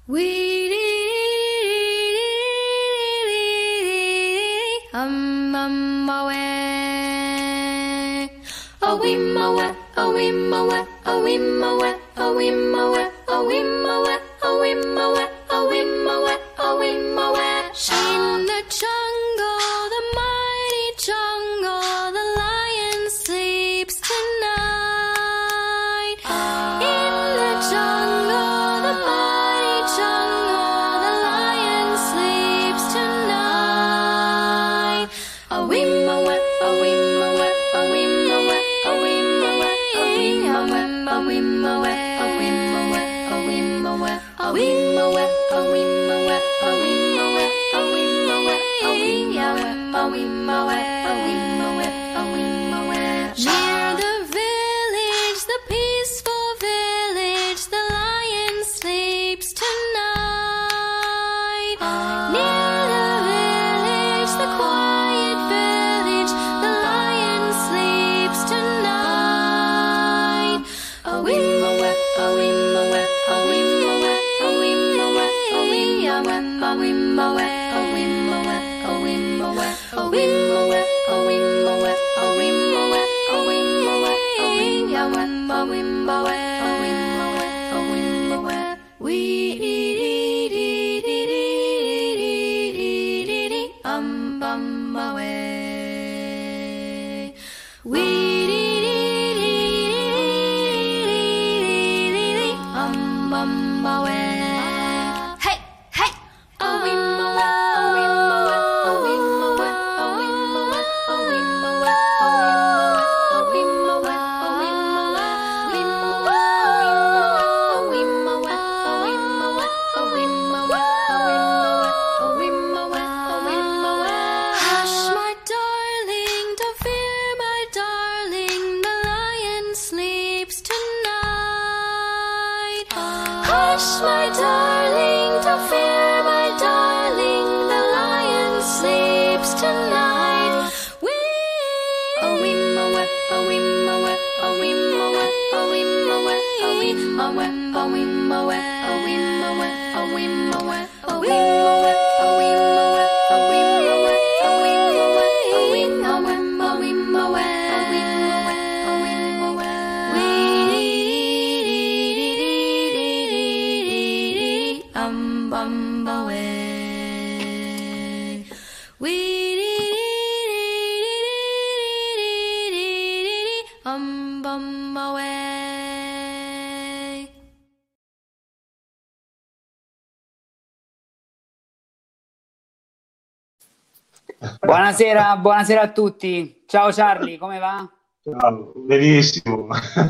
Buonasera a tutti. Ciao Charlie, come va? Ciao, benissimo.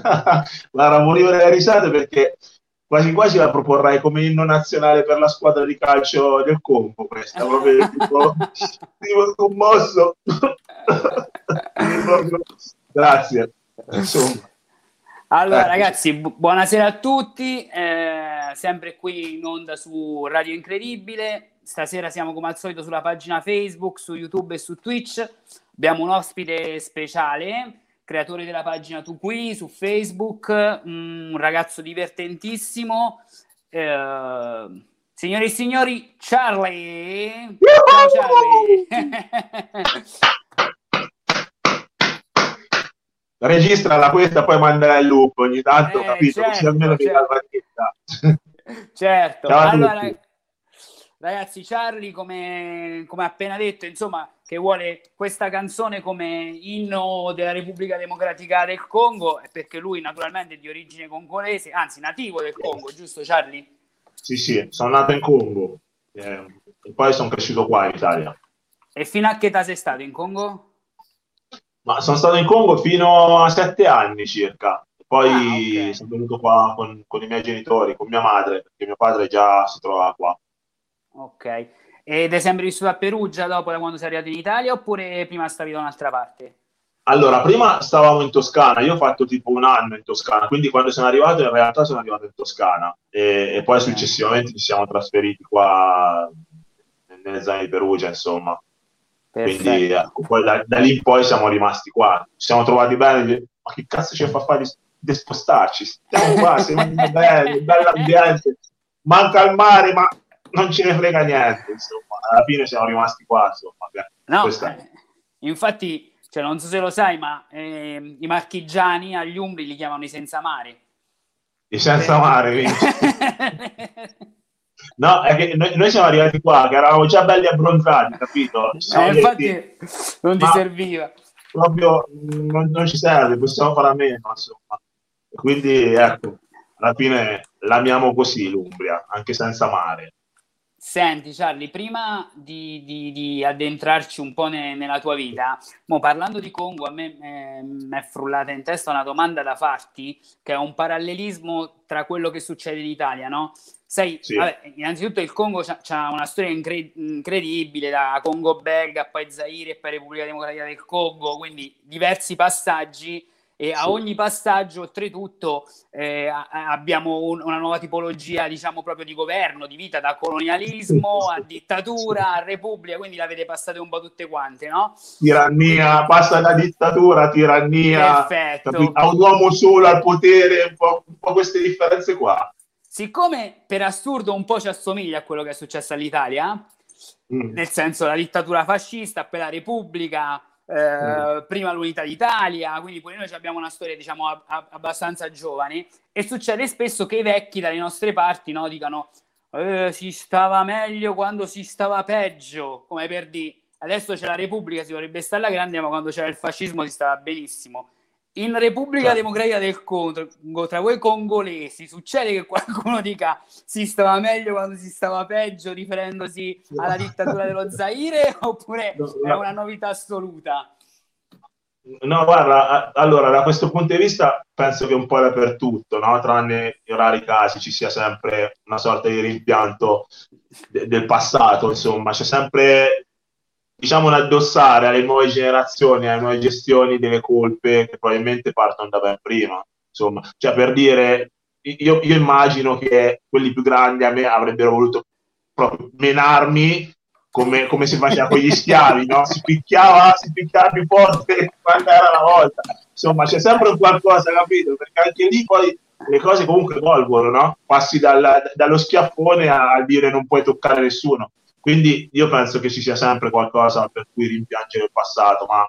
Guarda, morivo dalle risate perché quasi quasi la proporrai come inno nazionale per la squadra di calcio del Congo, questa, proprio tipo commosso. Grazie. Insomma. Allora ragazzi, buonasera a tutti, sempre qui in onda su Radio Incredibile. Stasera siamo come al solito sulla pagina Facebook, su YouTube e su Twitch. Abbiamo un ospite speciale, creatore della pagina Tu Qui su Facebook, un ragazzo divertentissimo. Signore e signori, Charlie! Ciao Charlie! Registrala questa, poi mandala in loop ogni tanto, capito? Certo, così almeno certo. Ciao a allora, tutti. Ragazzi, Charlie, come appena detto, insomma, che vuole questa canzone come inno della Repubblica Democratica del Congo, è perché lui naturalmente è di origine congolese, anzi nativo del Congo, giusto Charlie? Sì, sono nato in Congo e poi sono cresciuto qua in Italia. E fino a che età sei stato in Congo? Ma sono stato in Congo fino a 7 anni circa, poi okay. Sono venuto qua con i miei genitori, con mia madre, perché mio padre già si trovava qua. Ok, ed è sempre vissuto a Perugia dopo, da quando sei arrivato in Italia, oppure prima stavi da un'altra parte? Allora, prima stavamo in Toscana, io ho fatto tipo un anno in Toscana, quindi quando sono arrivato in realtà sono arrivato in Toscana e poi successivamente ci siamo trasferiti qua nelle zone di Perugia, insomma. Perfetto. Quindi poi da lì in poi siamo rimasti qua, ci siamo trovati bene, ma che cazzo ci fa fare di spostarci? Stiamo qua, siamo bene, bell'ambiente. manca il mare, ma non ce ne frega niente, insomma, alla fine siamo rimasti qua, insomma. No, infatti, cioè, non so se lo sai, ma i marchigiani agli umbri li chiamano i senza mare. I senza mare, no, è che noi siamo arrivati qua, che eravamo già belli abbronzati, capito? Infatti non ti serviva. Proprio non ci serve, possiamo fare a meno, insomma. Quindi, ecco, alla fine l'amiamo così l'Umbria, anche senza mare. Senti Charlie, prima di addentrarci un po' nella tua vita, parlando di Congo, a me è frullata in testa una domanda da farti, che è un parallelismo tra quello che succede in Italia, no? Sai, sì. Vabbè, innanzitutto il Congo c'ha una storia incredibile, da Congo belga, poi Zaire e poi Repubblica Democratica del Congo, quindi diversi passaggi. E a ogni passaggio, oltretutto, abbiamo una nuova tipologia, diciamo, proprio di governo, di vita, da colonialismo a dittatura, a repubblica, quindi l'avete passate un po' tutte quante, no? Tirannia, passa da dittatura a tirannia, a un uomo solo al potere, un po' queste differenze qua. Siccome per assurdo un po' ci assomiglia a quello che è successo all'Italia, nel senso la dittatura fascista, poi la repubblica, prima l'unità d'Italia, quindi pure noi abbiamo una storia, diciamo, abbastanza giovane, e succede spesso che i vecchi dalle nostre parti, no, dicano si stava meglio quando si stava peggio, come per dire adesso c'è la Repubblica, si dovrebbe stare alla grande, ma quando c'era il fascismo si stava benissimo. In Repubblica Democratica del Congo, tra voi congolesi, succede che qualcuno dica si stava meglio quando si stava peggio, riferendosi alla dittatura dello Zaire, oppure è una novità assoluta? No, guarda, allora da questo punto di vista penso che un po' dappertutto, no? Tranne in rari casi ci sia sempre una sorta di rimpianto del passato, insomma, c'è sempre, diciamo, un addossare alle nuove generazioni, alle nuove gestioni delle colpe che probabilmente partono da ben prima, insomma, cioè per dire, io immagino che quelli più grandi a me avrebbero voluto proprio menarmi come si faceva con gli schiavi, no? Si picchiava più forte quando era la volta, insomma c'è sempre un qualcosa, capito? Perché anche lì poi le cose comunque evolvono, no? Passi dallo schiaffone a dire non puoi toccare nessuno. Quindi io penso che ci sia sempre qualcosa per cui rimpiangere il passato, ma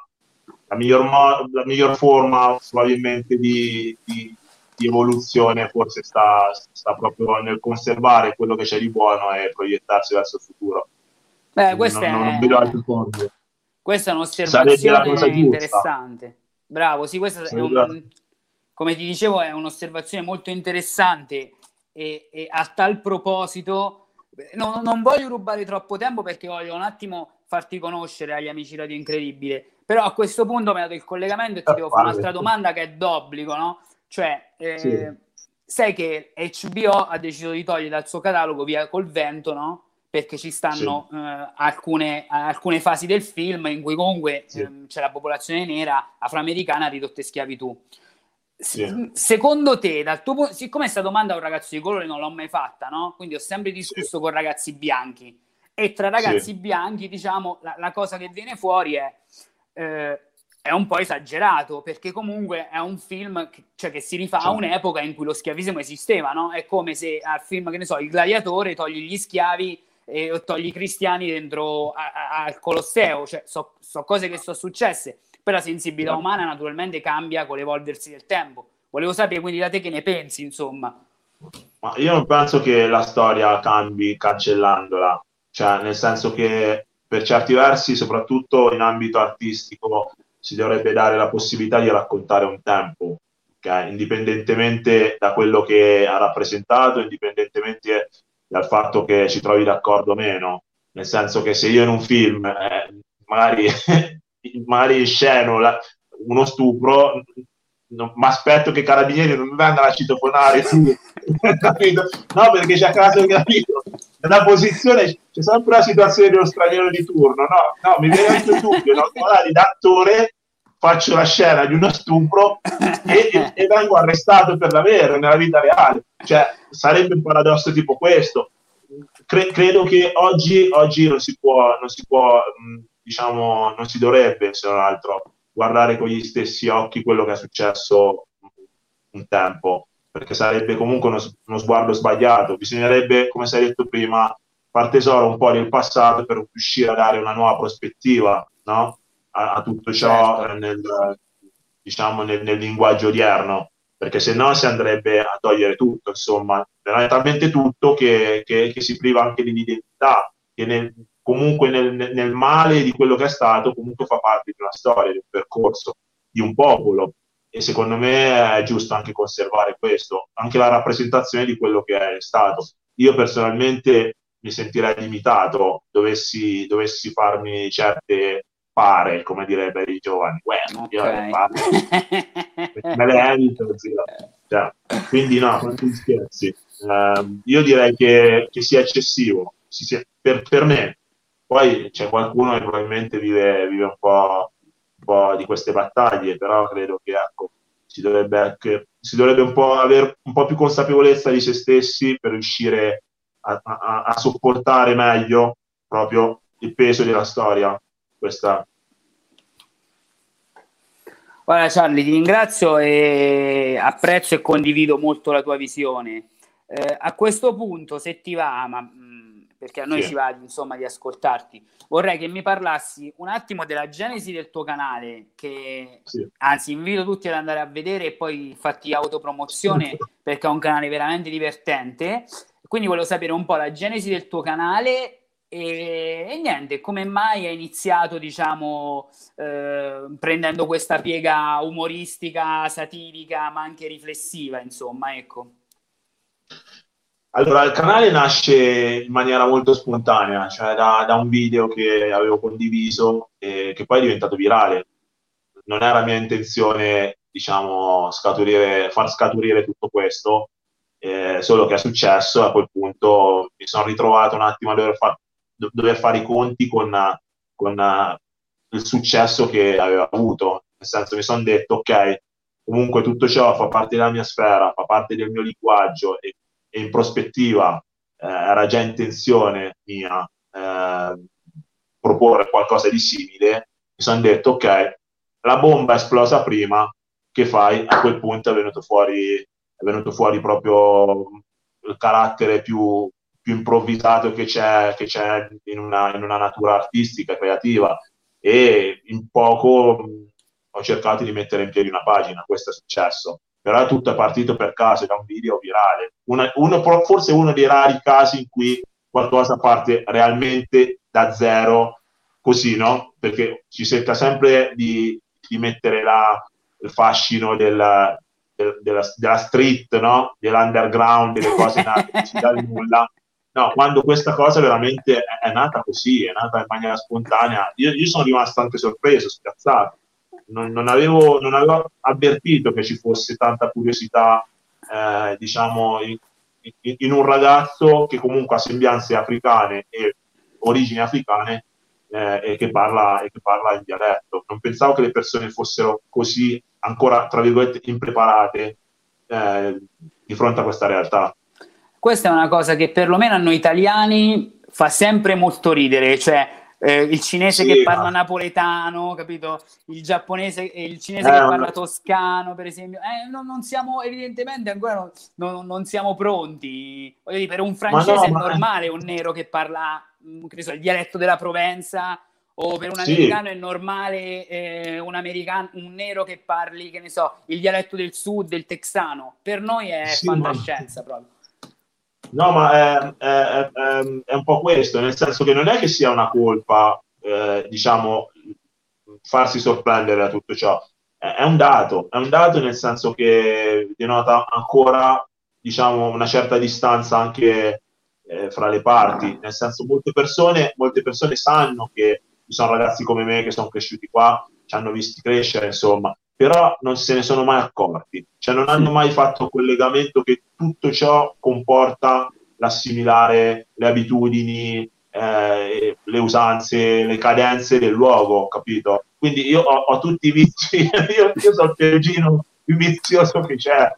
la miglior forma probabilmente di evoluzione forse sta proprio nel conservare quello che c'è di buono e proiettarsi verso il futuro. Non vedo altre forme. Questa è un'osservazione interessante. Bravo, sì, questa come ti dicevo è un'osservazione molto interessante e a tal proposito non voglio rubare troppo tempo perché voglio un attimo farti conoscere agli amici Radio Incredibile, però a questo punto mi ha dato il collegamento e ti devo fare un'altra domanda che è d'obbligo, no? Cioè, sai che HBO ha deciso di togliere dal suo catalogo Via col vento, no? Perché ci stanno alcune fasi del film in cui comunque c'è la popolazione nera afroamericana ridotta in schiavitù. Secondo te, dal tuo punto, siccome questa domanda a un ragazzo di colore non l'ho mai fatta, no? Quindi ho sempre discusso con ragazzi bianchi e tra ragazzi bianchi, diciamo, la cosa che viene fuori è un po' esagerato, perché comunque è un film che si rifà a un'epoca in cui lo schiavismo esisteva, no? È come se al film, che ne so, Il Gladiatore togli gli schiavi e togli i cristiani dentro al Colosseo, cioè so cose che sono successe. Poi la sensibilità umana naturalmente cambia con l'evolversi del tempo. Volevo sapere quindi da te che ne pensi, insomma. Ma io non penso che la storia cambi cancellandola, cioè nel senso che per certi versi, soprattutto in ambito artistico, si dovrebbe dare la possibilità di raccontare un tempo, okay? Indipendentemente da quello che ha rappresentato, indipendentemente dal fatto che ci trovi d'accordo o meno, nel senso che se io in un film magari sceno uno stupro, mi aspetto che i carabinieri non mi vengano a citofonare capito? No, perché c'è caso, capito? Nella posizione c'è sempre la situazione dello straniero di turno, no, mi viene anche il dubbio, no? Magari da attore faccio la scena di uno stupro e vengo arrestato per davvero nella vita reale, cioè sarebbe un paradosso tipo questo. Credo che oggi non si può diciamo, non si dovrebbe, se non altro, guardare con gli stessi occhi quello che è successo un tempo, perché sarebbe comunque uno sguardo sbagliato. Bisognerebbe, come si è detto prima, far tesoro un po' del passato per riuscire a dare una nuova prospettiva, no? A tutto ciò Certo. diciamo, nel linguaggio odierno, perché se no si andrebbe a togliere tutto, insomma, veramente talmente tutto che si priva anche dell'identità, che comunque nel male di quello che è stato comunque fa parte di una storia, di un percorso, di un popolo, e secondo me è giusto anche conservare questo, anche la rappresentazione di quello che è stato. Io personalmente mi sentirei limitato dovessi farmi certe pare, come direbbero i giovani. Ok. Io le pare me le evito, zio. Cioè, quindi no, quanti scherzi. Io direi che sia eccessivo, per me. Poi c'è qualcuno che probabilmente vive un po' di queste battaglie, però credo che ecco, si dovrebbe un po' avere un po' più consapevolezza di se stessi per riuscire a sopportare meglio proprio il peso della storia. Questa. Guarda Charlie, ti ringrazio e apprezzo e condivido molto la tua visione. A questo punto, se ti va, perché a noi ci Sì. va insomma di ascoltarti, vorrei che mi parlassi un attimo della genesi del tuo canale, che Sì. anzi invito tutti ad andare a vedere e poi fatti autopromozione perché è un canale veramente divertente. Quindi volevo sapere un po' la genesi del tuo canale e niente, come mai hai iniziato, diciamo, prendendo questa piega umoristica, satirica, ma anche riflessiva, insomma, ecco. Allora, il canale nasce in maniera molto spontanea, cioè da un video che avevo condiviso e che poi è diventato virale. Non era mia intenzione, diciamo, far scaturire tutto questo, solo che è successo e a quel punto mi sono ritrovato un attimo a dover fare i conti con il successo che aveva avuto. Nel senso, mi sono detto, ok, comunque tutto ciò fa parte della mia sfera, fa parte del mio linguaggio e in prospettiva era già intenzione mia proporre qualcosa di simile, mi sono detto ok, la bomba è esplosa prima, che fai? A quel punto è venuto fuori proprio il carattere più improvvisato che c'è in una natura artistica, creativa, e in poco ho cercato di mettere in piedi una pagina, questo è successo. Però tutto è partito per caso da un video virale. Forse uno dei rari casi in cui qualcosa parte realmente da zero, così, no? Perché ci cerca sempre di mettere il fascino della street, no? Dell'underground, delle cose nate così dal nulla. No, quando questa cosa veramente è nata così, è nata in maniera spontanea, io sono rimasto anche sorpreso, spiazzato. Non avevo avvertito che ci fosse tanta curiosità, diciamo, in un ragazzo che comunque ha sembianze africane e origini africane e che parla in dialetto. Non pensavo che le persone fossero così ancora, tra virgolette, impreparate di fronte a questa realtà. Questa è una cosa che perlomeno a noi italiani fa sempre molto ridere, cioè il cinese Sì, che parla napoletano, capito? Il giapponese, il cinese che parla toscano, per esempio. Non siamo, evidentemente ancora non siamo pronti. Voglio dire, per un francese è normale un nero che parla, che ne so, il dialetto della Provenza, o per un americano è normale un nero che parli, che ne so, il dialetto del sud, del texano. Per noi è fantascienza proprio. No, ma è un po' questo, nel senso che non è che sia una colpa, diciamo, farsi sorprendere da tutto ciò. È un dato nel senso che denota ancora, diciamo, una certa distanza anche fra le parti, nel senso molte persone sanno che ci sono ragazzi come me che sono cresciuti qua, ci hanno visti crescere, insomma, però non se ne sono mai accorti, cioè non hanno mai fatto quel legamento che tutto ciò comporta l'assimilare le abitudini, le usanze, le cadenze del luogo, capito? Quindi io ho tutti i vizi, io sono il perugino più vizioso che c'è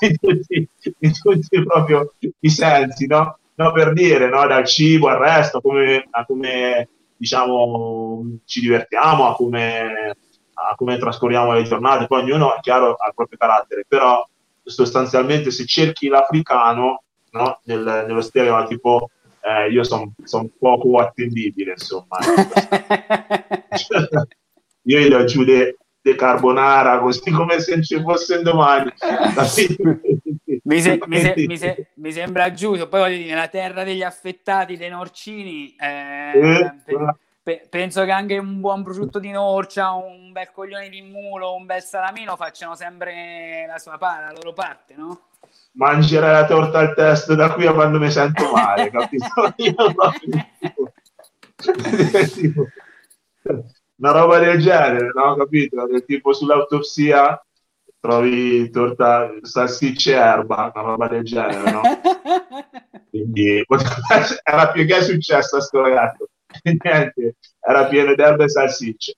in tutti proprio i sensi, no? No, per dire, no? Dal cibo al resto, a come diciamo ci divertiamo, a come trascorriamo le giornate, poi ognuno è chiaro ha il proprio carattere, però sostanzialmente se cerchi l'africano, no, nello stereotipo, io sono poco attendibile, insomma. Io gli do giù de carbonara, così come se non ci fosse un domani. Mi sembra giusto. Poi voglio dire, nella terra degli affettati, dei norcini, penso che anche un buon prosciutto di norcia, un bel coglione di mulo, un bel salamino facciano sempre la loro parte, no? Mangerei la torta al test da qui a quando mi sento male, capito? Tipo, una roba del genere, no? Capito? Del tipo sull'autopsia trovi torta, salsicce e erba, una roba del genere, no? Quindi era più che è successo a sto ragazzo. Niente, era pieno di erba e salsicce.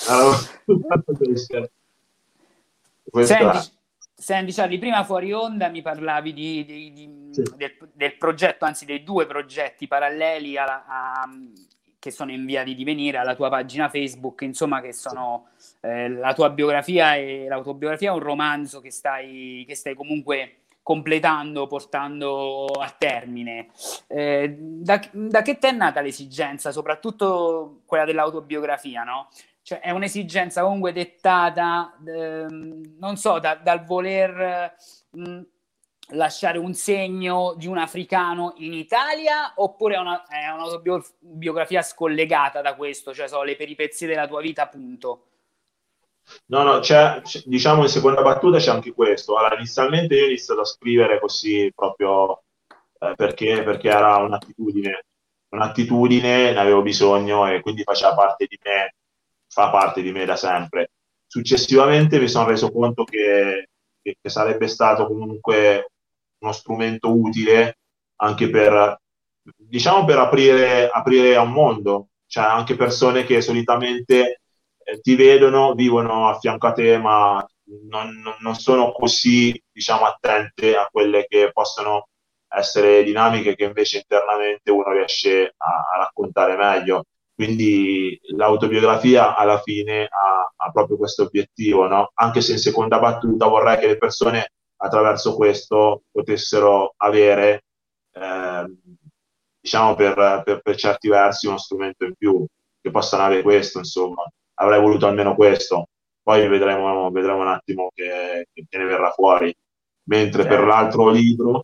Senti, Charlie, prima fuori onda mi parlavi del progetto, anzi dei 2 progetti paralleli che sono in via di divenire alla tua pagina Facebook, insomma, che sono la tua biografia e l'autobiografia, un romanzo che stai comunque completando, portando a termine. Da che te è nata l'esigenza, soprattutto quella dell'autobiografia, no? Cioè, è un'esigenza comunque dettata, non so, dal voler lasciare un segno di un africano in Italia, oppure è un'autobiografia scollegata da questo, cioè sono le peripezie della tua vita, appunto? No, diciamo in seconda battuta c'è anche questo. Allora, inizialmente io ho iniziato a scrivere così proprio perché era un'attitudine, ne avevo bisogno e quindi faceva parte di me, fa parte di me da sempre. Successivamente mi sono reso conto che sarebbe stato comunque uno strumento utile anche diciamo, per aprire a un mondo, cioè anche persone che solitamente ti vedono, vivono a fianco a te, ma non sono così, diciamo, attente a quelle che possono essere dinamiche che invece internamente uno riesce a raccontare meglio. Quindi l'autobiografia alla fine ha proprio questo obiettivo, no? Anche se in seconda battuta vorrei che le persone attraverso questo potessero avere, diciamo, per certi versi uno strumento in più, che possano avere questo, insomma. Avrei voluto almeno questo, poi vedremo un attimo che ne verrà fuori. Mentre per l'altro libro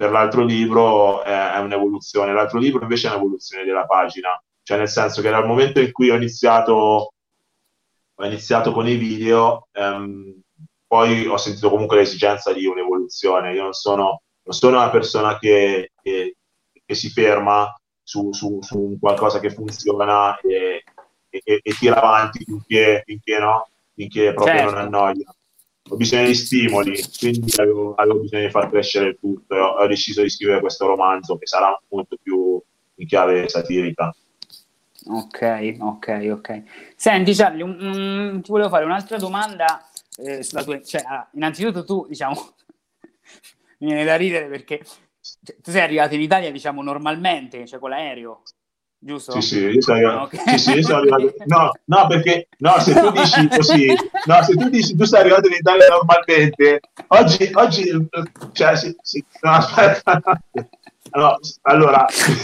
è un'evoluzione, l'altro libro invece è un'evoluzione della pagina, cioè nel senso che dal momento in cui ho iniziato con i video, poi ho sentito comunque l'esigenza di un'evoluzione. Io non sono una persona che si ferma su un qualcosa che funziona e tira avanti finché proprio non annoia. Ho bisogno di stimoli, quindi avevo bisogno di far crescere il tutto e ho deciso di scrivere questo romanzo che sarà molto più in chiave satirica. Ok. Senti Charlie, ti volevo fare un'altra domanda sulla tua... Cioè, innanzitutto tu, diciamo, mi viene da ridere perché tu sei arrivato in Italia, diciamo, normalmente, cioè con l'aereo, giusto? Sì, io sono arrivato. Okay. Sì, io sono arrivato. No, perché se tu dici così, se tu dici tu sei arrivato in Italia normalmente, oggi cioè, no, aspetta. No, allora,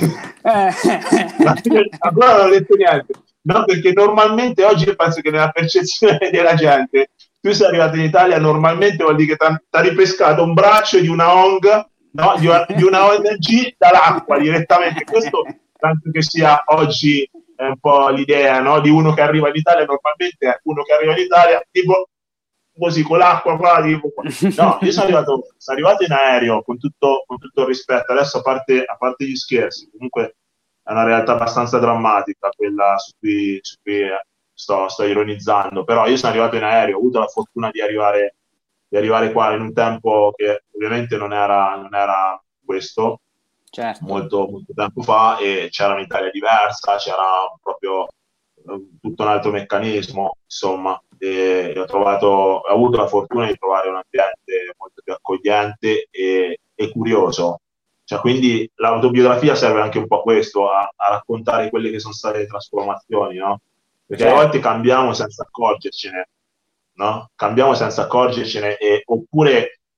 ancora non ho detto niente. No, perché normalmente oggi io penso che nella percezione della gente, tu sei arrivato in Italia normalmente vuol dire che ti ha ripescato un braccio di una ONG, no? di una ONG dall'acqua direttamente. Questo penso che sia oggi un po' l'idea, no? Di uno che arriva in Italia, normalmente è uno che arriva in Italia tipo così con l'acqua qua, tipo. No, io sono arrivato in aereo con tutto il rispetto. Adesso a parte gli scherzi, comunque è una realtà abbastanza drammatica quella su cui sto ironizzando, però io sono arrivato in aereo, ho avuto la fortuna di arrivare qua in un tempo che ovviamente non era questo, certo. molto, molto tempo fa, e c'era un'Italia diversa, c'era proprio tutto un altro meccanismo, insomma, e ho avuto la fortuna di trovare un ambiente molto più accogliente e curioso. Cioè, quindi l'autobiografia serve anche un po' a questo, a raccontare quelle che sono state le trasformazioni, no? Perché a volte cambiamo senza accorgercene, no? Cambiamo senza accorgercene, oppure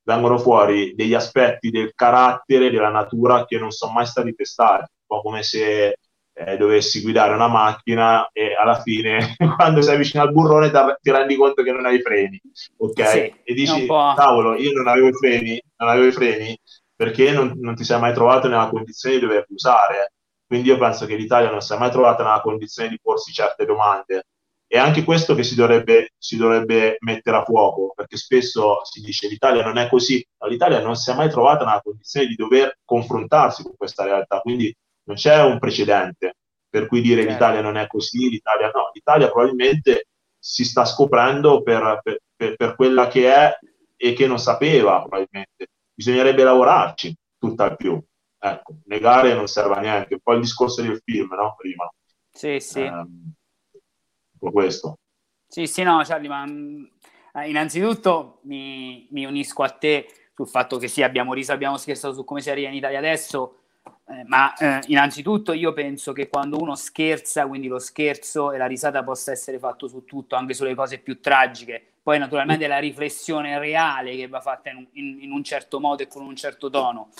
vengono fuori degli aspetti del carattere, della natura che non sono mai stati testati, un po' come se dovessi guidare una macchina e alla fine quando sei vicino al burrone ti rendi conto che non hai i freni, ok? Sì, E è un dici, po'... cavolo, io non avevo i freni perché non ti sei mai trovato nella condizione di doverli usare. Quindi io penso che l'Italia non si è mai trovata nella condizione di porsi certe domande. E anche questo che si dovrebbe mettere a fuoco, perché spesso si dice l'Italia non è così, ma l'Italia non si è mai trovata nella condizione di dover confrontarsi con questa realtà, quindi non c'è un precedente per cui dire Certo. l'Italia non è così, l'Italia no. L'Italia probabilmente si sta scoprendo per quella che è e che non sapeva probabilmente. Bisognerebbe lavorarci, tutt'al più. Ecco, negare non serve a niente. Un po' il discorso del film, no? Prima. Sì, sì. Un po' questo. Sì, sì, no, Charlie, ma innanzitutto mi unisco a te sul fatto che sì, abbiamo riso, abbiamo scherzato su come si arriva in Italia adesso, ma innanzitutto io penso che quando uno scherza, quindi lo scherzo e la risata possa essere fatto su tutto, anche sulle cose più tragiche. Poi naturalmente la riflessione reale che va fatta in un certo modo e con un certo tono.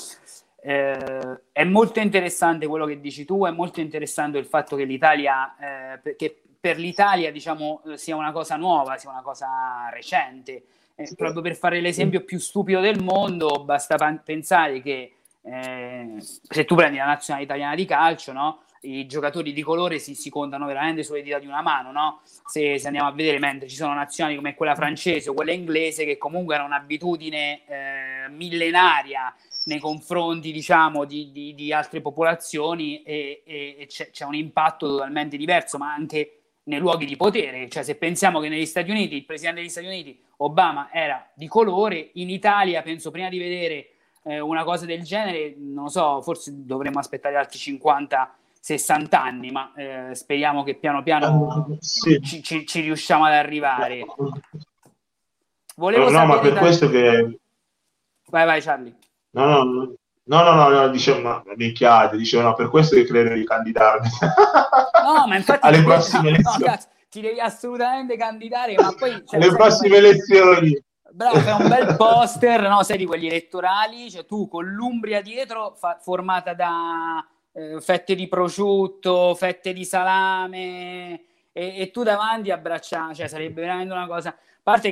È molto interessante quello che dici tu, è molto interessante il fatto che l'Italia, che per l'Italia diciamo sia una cosa nuova, sia una cosa recente. Proprio per fare l'esempio più stupido del mondo, basta pensare che se tu prendi la nazionale italiana di calcio, no? I giocatori di colore si contano veramente sulle dita di una mano, no? Se andiamo a vedere, mentre ci sono nazionali come quella francese o quella inglese che comunque hanno un'abitudine millenaria nei confronti, diciamo, di altre popolazioni e c'è un impatto totalmente diverso, ma anche nei luoghi di potere. Cioè, se pensiamo che negli Stati Uniti il presidente degli Stati Uniti Obama era di colore, in Italia penso prima di vedere una cosa del genere, non lo so, forse dovremmo aspettare altri 50-60 anni, ma speriamo che piano piano Sì. ci riusciamo ad arrivare. Volevo No, sapere ma per questo che... Vai Charlie. No, dicevano, minchiate, dicevano, per questo che credo di candidarmi No, ma infatti alle prossime elezioni. No, cazzo, ti devi assolutamente candidare, ma poi... Cioè, alle prossime elezioni. Bravo, fai un bel poster, no? Sei di quelli elettorali, cioè tu con l'Umbria dietro formata da fette di prosciutto, fette di salame e tu davanti abbracciato, cioè sarebbe veramente una cosa... A parte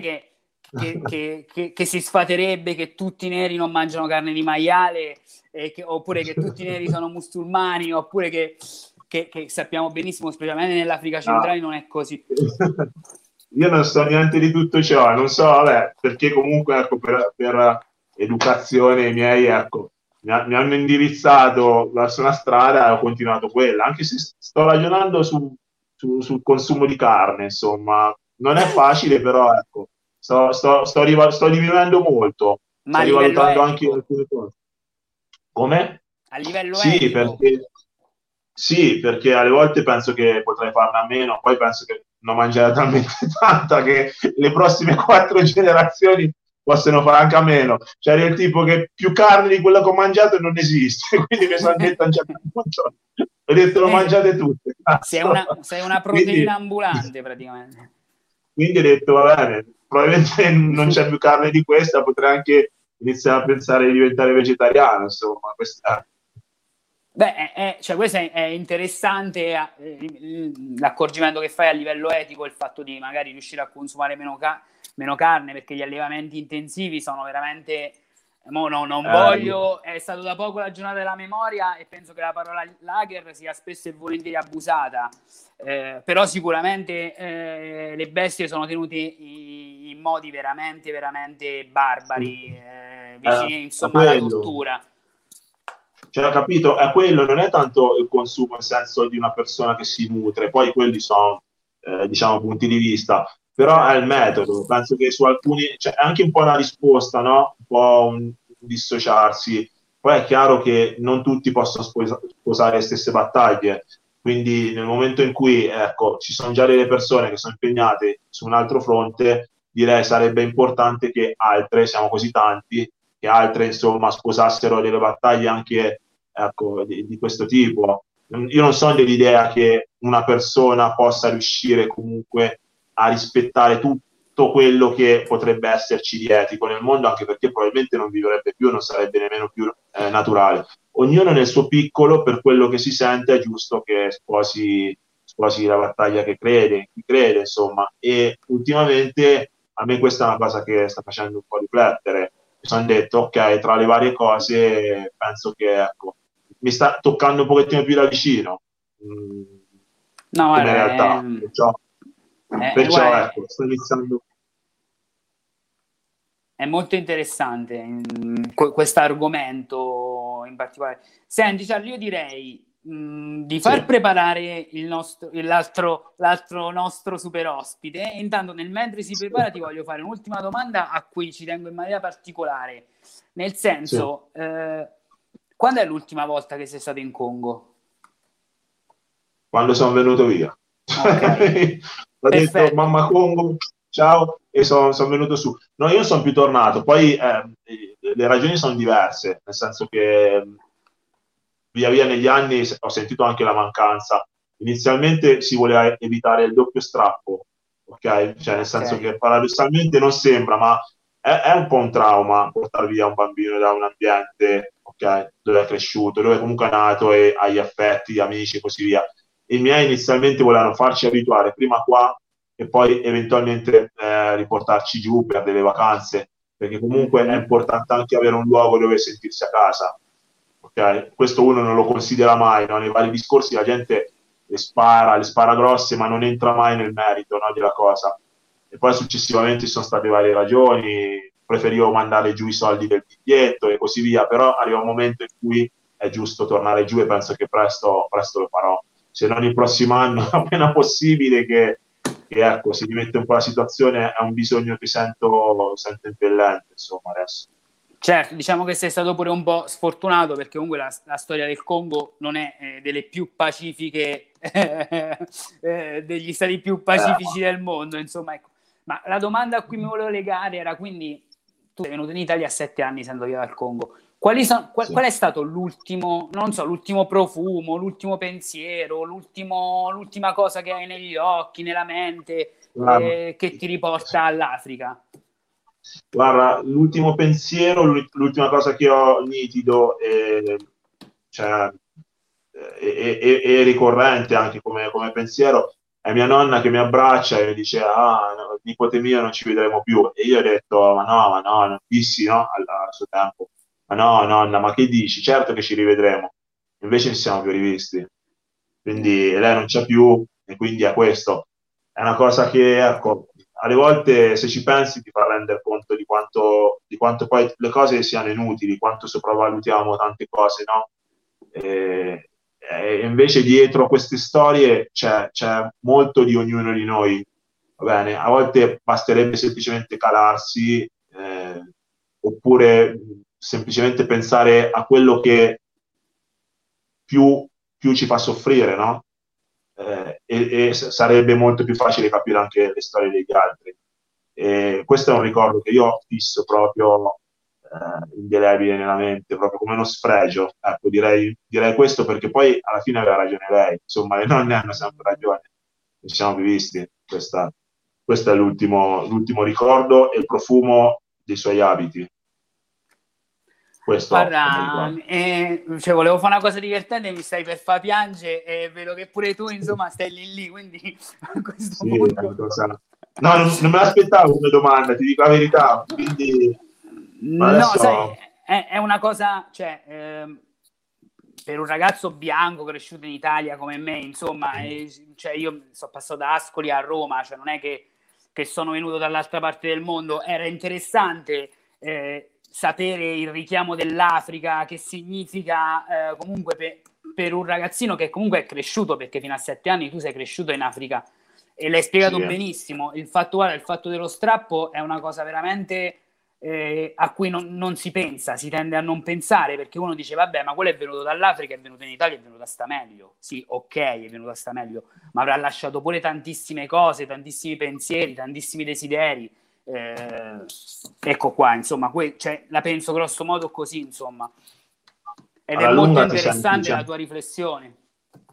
che si sfaterebbe che tutti i neri non mangiano carne di maiale, oppure che tutti i neri sono musulmani, oppure che sappiamo benissimo, specialmente nell'Africa centrale, non è così. Io non so niente di tutto ciò, non so, vabbè, perché comunque ecco, per educazione i miei ecco, mi hanno indirizzato verso una strada e ho continuato quella, anche se sto ragionando sul consumo di carne, insomma, non è facile, però ecco, sto rivivendo molto, ma sto a livello rivalutando anche etico? alcune cose. Come? A livello Sì, etico? perché alle volte penso che potrei farne a meno, poi penso che non mangerà talmente tanta che le prossime 4 generazioni possono fare anche a meno. Cioè, del tipo che più carne di quello che ho mangiato non esiste, quindi mi sono detto a un certo punto, ho detto lo mangiate tutte. Sei una proteina ambulante praticamente. Quindi ho detto, va bene, probabilmente non c'è più carne di questa, potrei anche iniziare a pensare di diventare vegetariano, insomma, questa... Beh, cioè questo è interessante, l'accorgimento che fai a livello etico, il fatto di magari riuscire a consumare meno carne, perché gli allevamenti intensivi sono veramente... non voglio, è stato da poco la giornata della memoria e penso che la parola lager sia spesso e volentieri abusata, però sicuramente le bestie sono tenute in modi veramente, veramente barbari, vicini insomma alla tortura. Cioè, capito? È quello, non è tanto il consumo nel senso di una persona che si nutre, poi quelli sono, diciamo, punti di vista, però è il metodo. Penso che su alcuni, cioè, è anche un po' una risposta, no? Un po' un dissociarsi. Poi è chiaro che non tutti possono sposare le stesse battaglie, quindi nel momento in cui, ecco, ci sono già delle persone che sono impegnate su un altro fronte, direi sarebbe importante che altre, siamo così tanti, che altre, insomma, sposassero delle battaglie anche ecco, di questo tipo. Io non sono dell'idea che una persona possa riuscire comunque a rispettare tutto quello che potrebbe esserci di etico nel mondo, anche perché probabilmente non vivrebbe più, non sarebbe nemmeno più naturale. Ognuno nel suo piccolo, per quello che si sente, è giusto che sposi la battaglia che crede, in cui crede, insomma. E ultimamente a me questa è una cosa che sta facendo un po' riflettere. Mi sono detto, ok, tra le varie cose, penso che, ecco, mi sta toccando un pochettino più da vicino, No, come guarda, realtà. Perciò guarda, ecco, sto iniziando. è molto interessante questo argomento in particolare. Senti, Charlie, io direi di far Sì. preparare l'altro nostro super ospite. E intanto, mentre si prepara, ti voglio fare un'ultima domanda a cui ci tengo in maniera particolare. Nel Sì. senso, quando è l'ultima volta che sei stato in Congo? Quando sono venuto via. Ok, Ho detto perfetto. mamma Congo, ciao, e sono venuto su. No, io sono più tornato, poi le ragioni sono diverse, nel senso che via via negli anni ho sentito anche la mancanza. Inizialmente si voleva evitare il doppio strappo, ok? Cioè, nel senso Ok. che paradossalmente non sembra, ma è un po' un trauma portare via un bambino da un ambiente, ok? Dove è cresciuto, dove comunque è nato e ha gli affetti, gli amici e così via. I miei inizialmente volevano farci abituare prima qua e poi eventualmente riportarci giù per delle vacanze, perché comunque è Mhm. importante anche avere un luogo dove sentirsi a casa. Okay? Questo uno non lo considera mai, no? Nei vari discorsi la gente le spara grosse, ma non entra mai nel merito, no, della cosa. E poi successivamente ci sono state varie ragioni, preferivo mandare giù i soldi del biglietto e così via, però arriva un momento in cui è giusto tornare giù e penso che presto lo farò. Se non il prossimo anno, appena possibile, che ecco, si rimette un po' la situazione, è un bisogno che sento impellente, insomma, adesso. Certo, diciamo che sei stato pure un po' sfortunato perché comunque la storia del Congo non è delle più pacifiche, degli stati più pacifici del mondo, insomma, ecco. Ma la domanda a cui mi volevo legare era quindi, tu sei venuto in Italia a 7 anni essendo via dal Congo, Sì. qual è stato l'ultimo, non so, l'ultimo profumo, l'ultimo pensiero, l'ultima cosa che hai negli occhi, nella mente, Guarda, che ti riporta all'Africa? guarda, l'ultimo pensiero, l'ultima cosa che ho nitido cioè, e ricorrente anche come pensiero è mia nonna che mi abbraccia e mi dice: Ah, no, nipote mio, non ci vedremo più. E io ho detto: ma no, non dissi no al suo tempo. Ma no, nonna, ma che dici? Certo che ci rivedremo. Invece ci siamo più rivisti. Quindi lei non c'è più, e quindi è questo. È una cosa che, ecco, alle volte se ci pensi ti fa rendere conto di quanto poi le cose siano inutili, quanto sopravvalutiamo tante cose, no? E invece dietro a queste storie c'è molto di ognuno di noi, va bene? A volte basterebbe semplicemente calarsi, oppure semplicemente pensare a quello che più ci fa soffrire, no? E sarebbe molto più facile capire anche le storie degli altri. E questo è un ricordo che io ho fisso proprio indelebile nella mente, proprio come uno sfregio. Ecco, direi questo perché poi alla fine aveva ragione lei, insomma, le nonne hanno sempre ragione, ci siamo più visti. Questo è l'ultimo ricordo e il profumo dei suoi abiti. Questo come Guarda, ricordo. cioè, volevo fare una cosa divertente, mi stai per far piangere e vedo che pure tu, insomma, stai lì, quindi a questo Sì, è una punto... cosa. No, non me l'aspettavo come domanda, ti dico la verità. Quindi, ma No, sai, adesso è una cosa, cioè, per un ragazzo bianco cresciuto in Italia come me, insomma, cioè io sono passato da Ascoli a Roma, cioè non è che sono venuto dall'altra parte del mondo, era interessante sapere il richiamo dell'Africa, che significa comunque per un ragazzino che comunque è cresciuto, perché fino a 7 anni tu sei cresciuto in Africa e l'hai spiegato sì. benissimo. Il fatto dello strappo è una cosa veramente a cui non si pensa, si tende a non pensare perché uno dice vabbè, ma quello è venuto dall'Africa, è venuto in Italia, è venuto a sta meglio. Sì, ok, è venuto a sta meglio, ma avrà lasciato pure tantissime cose, tantissimi pensieri, tantissimi desideri. Ecco qua, insomma, cioè, la penso grosso modo così, insomma. Ed è Alla molto lunga ti senti, interessante cioè, la tua riflessione.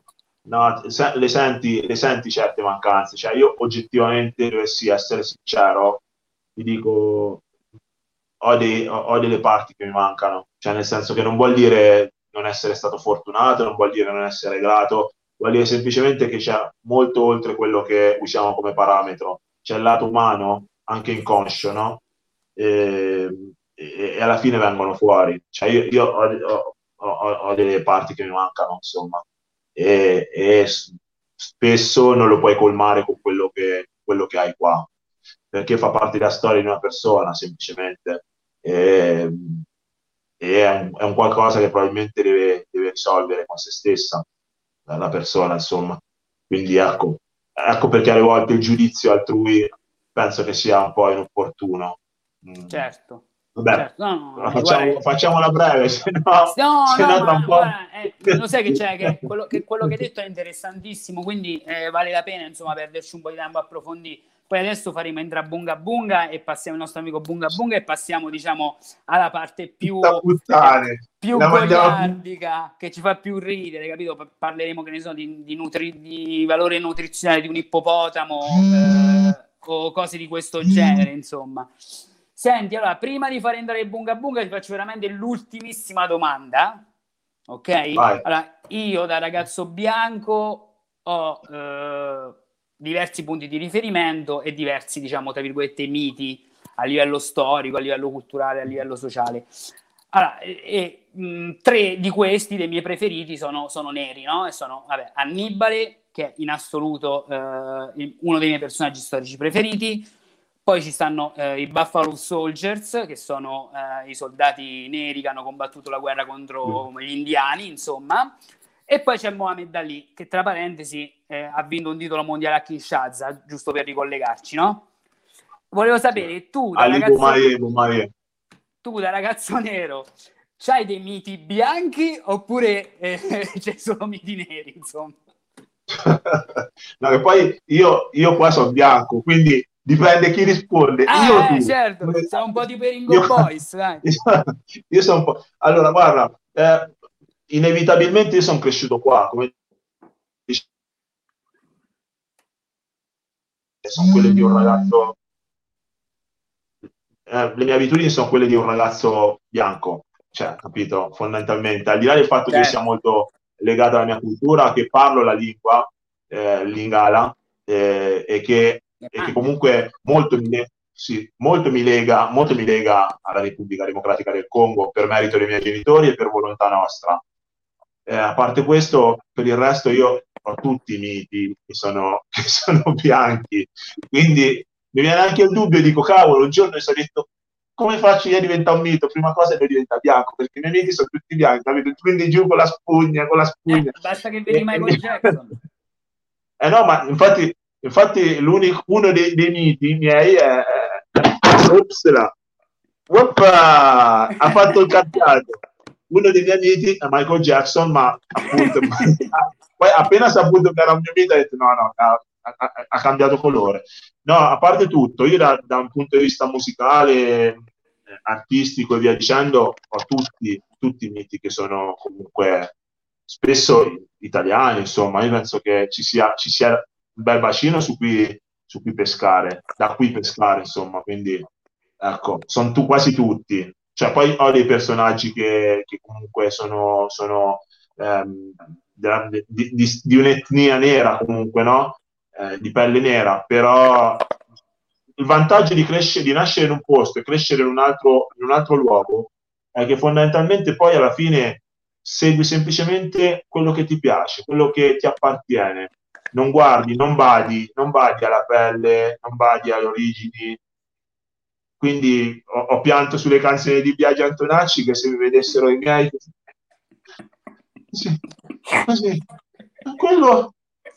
No, le senti certe mancanze. Cioè, io oggettivamente, dovessi essere sincero, ti dico, ho delle parti che mi mancano. Cioè, nel senso che non vuol dire non essere stato fortunato, non vuol dire non essere grato, vuol dire semplicemente che c'è molto oltre quello che usiamo come parametro. C'è il lato umano, anche inconscio, no? E, e alla fine vengono fuori. Cioè, io ho delle parti che mi mancano, insomma, e spesso non lo puoi colmare con quello che hai qua, perché fa parte della storia di una persona, semplicemente. E, è un qualcosa che probabilmente deve risolvere con se stessa, la persona, insomma. Quindi ecco perché alle volte il giudizio altrui penso che sia un po' inopportuno. Certo. Vabbè, Certo. No, guarda, facciamola breve, se no tra ma un po'. guarda, lo sai che c'è, quello che hai detto è interessantissimo, quindi vale la pena, insomma, perderci un po' di tempo a approfondire. Poi adesso faremo entrare Bunga Bunga e passiamo il nostro amico Bunga Bunga e passiamo, diciamo, alla parte più goliardica, che ci fa più ridere, capito? Parleremo, che ne so, di valore nutrizionale di un ippopotamo o cose di questo genere, insomma. Senti, allora, prima di fare entrare il Bunga Bunga ti faccio veramente l'ultimissima domanda, ok? Vai. Allora, io da ragazzo bianco ho diversi punti di riferimento e diversi, diciamo, tra virgolette, miti a livello storico, a livello culturale, a livello sociale. Allora, tre di questi, dei miei preferiti, sono neri, no? E sono, vabbè, Annibale, che è in assoluto uno dei miei personaggi storici preferiti. Poi ci stanno i Buffalo Soldiers, che sono i soldati neri che hanno combattuto la guerra contro gli indiani, insomma. E poi c'è Mohamed Ali, che tra parentesi ha vinto un titolo mondiale a Kinshasa, giusto per ricollegarci, no? Volevo sapere, tu da ragazzo nero, c'hai dei miti bianchi oppure c'hai solo miti neri, insomma? No, che poi io qua sono bianco, quindi dipende chi risponde. Io o tu? Certo, siamo un po' di Peringo Boys, dai. Io sono un po'. Allora, guarda, inevitabilmente io sono cresciuto qua, come sono quelle di un ragazzo. Le mie abitudini sono quelle di un ragazzo bianco, cioè, capito? Fondamentalmente, al di là del fatto che io sia molto legato alla mia cultura, che parlo la lingua, lingala, e che comunque molto mi lega alla Repubblica Democratica del Congo per merito dei miei genitori e per volontà nostra. A parte questo, per il resto io ho tutti i miti che sono bianchi, quindi mi viene anche il dubbio e dico, cavolo, un giorno mi sono detto, come faccio io a diventare un mito? Prima cosa che diventa bianco, perché i miei miti sono tutti bianchi, capito? Quindi giù con la spugna. Basta che vedi Michael Jackson. No, ma infatti uno dei miti miei è ha fatto il cambiato. Uno dei miei miti è Michael Jackson, ma appunto poi appena saputo che era un mio mito ha detto no, ha cambiato colore. No, a parte tutto, io da un punto di vista musicale, artistico e via dicendo, ho tutti i miti che sono comunque spesso italiani, insomma, io penso che ci sia un bel bacino su cui pescare, da cui pescare, insomma, quindi ecco, sono quasi tutti. Cioè, poi ho dei personaggi che comunque sono di un'etnia nera, comunque, no? Di pelle nera, però il vantaggio di nascere in un posto e crescere in un altro luogo è che fondamentalmente poi alla fine segui semplicemente quello che ti piace, quello che ti appartiene. Non badi alla pelle, non badi alle origini. Quindi ho pianto sulle canzoni di Biagio Antonacci che se mi vedessero i miei così quello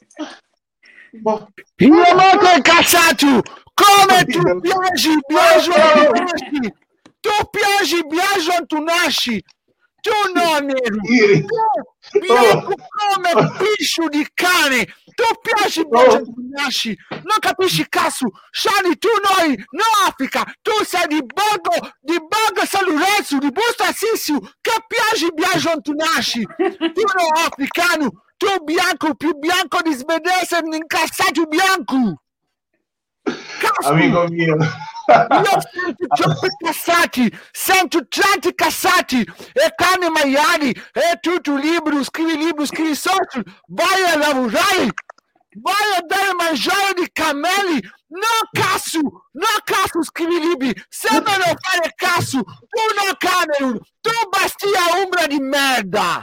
io manco incazzato come tu piaci Biagio Antonacci, tu piaci Biagio Antonacci, tu non eri bianco come piscio di cane, tu piaci Biagio Antonacci, non capisci cazzo, Shani, tu noi no Africa, tu sei di Borgo San Lorenzo, di Busto Assisi, che piaci Biagio Antonacci, tu non africano, Tu bianco, più bianco di svedese, incassato bianco. Cazzo. Amico mio. Io sento troppi cassati, sento tanti cassati e cane maiali e tu libro, scrivi social, vai a lavorare, vai a dare mangiare di cammelli, non cazzo scrivi libri, sembra non fare cazzo, tu non Camerun, tu bastia ombra di merda.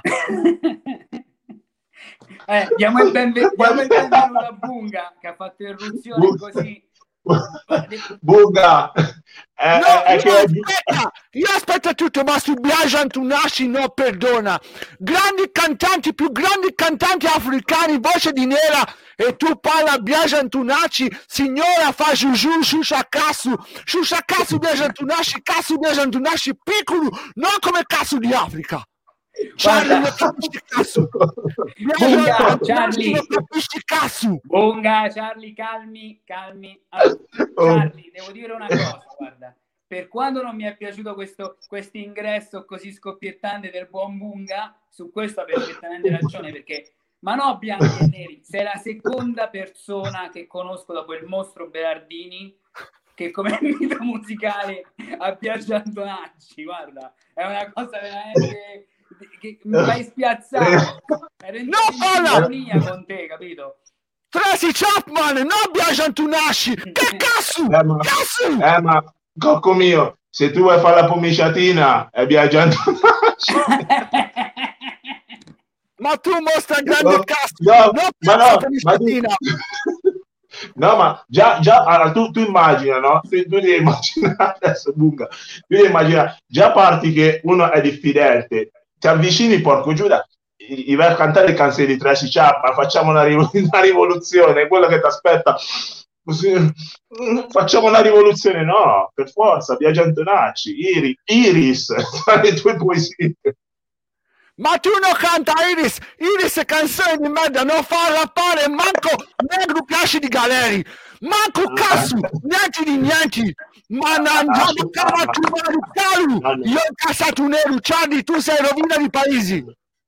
Diamo il benvenuto a Bunga che ha fatto irruzione così. Bunga, io aspetto tutto, ma su Biagio Tunasci no perdona. Più grandi cantanti africani, voce di nera, e tu parla Biagio Tunasci, signora fa giugiu, shusha cazzo Biagio Tunasci piccolo, non come cazzo di Africa. Charlie, non capisci cazzo. Bunga, Charlie, non capisci cazzo. Bunga, Charlie, calmi. Allora, Charlie, devo dire una cosa, guarda, per quando non mi è piaciuto questo ingresso così scoppiettante del buon Bunga, su questo ha perfettamente ragione, perché ma no, bianchi e neri, sei la seconda persona che conosco dopo il mostro Berardini che come mito musicale abbia Antonacci, guarda, è una cosa veramente che mi fai spiazzare. Ero in sintonia con te, capito? Tracy Chapman, non Biagio Antunasci, che cazzo? Ma cocco mio, se tu vuoi fare la pomiciatina è Biagio Antunasci. Ma tu mostra grande cazzo, ma già allora, tu immagina, no? Tu devi immaginare adesso, Bunga, tu devi immaginare, già parti che uno è diffidente, ti avvicini, porco Giuda, gli vai a cantare le canzoni di Tracy Chapman, facciamo una rivoluzione, quello che ti aspetta, facciamo una rivoluzione, no, per forza, Biagio Antonacci, Iris, tra le tue poesie. Ma tu non canta Iris è canzone di merda, non fa rappare manco negro piace di galeri, manco cazzo, niente, ma andiamo caru, io ho cassato nero, Charlie, tu sei rovina di paesi.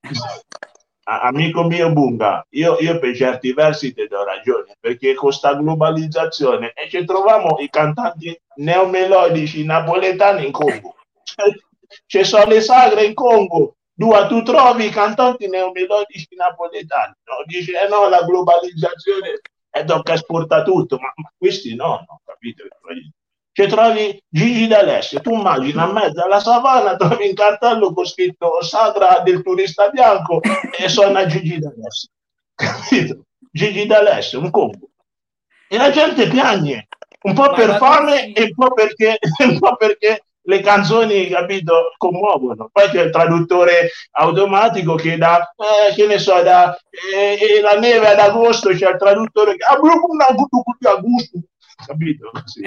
Amico mio Bunga, io per certi versi ti do ragione, perché con sta globalizzazione e ci troviamo i cantanti neomelodici napoletani in Congo, ci sono le sagre in Congo. Tu trovi i cantanti neomelodici napoletani, no? Dici, no, la globalizzazione tocca esportare tutto, ma questi no, capito? Ci trovi Gigi D'Alessio, tu immagini a mezzo alla savana, trovi un cartello con scritto Sagra del turista bianco e suona Gigi D'Alessio, capito? Gigi D'Alessio, un Congo. E la gente piagne, un po' per fame e un po' perché le canzoni, capito, commuovono. Poi c'è il traduttore automatico che dà, che ne so, la neve ad agosto, c'è il traduttore che agosto, capito? Sì.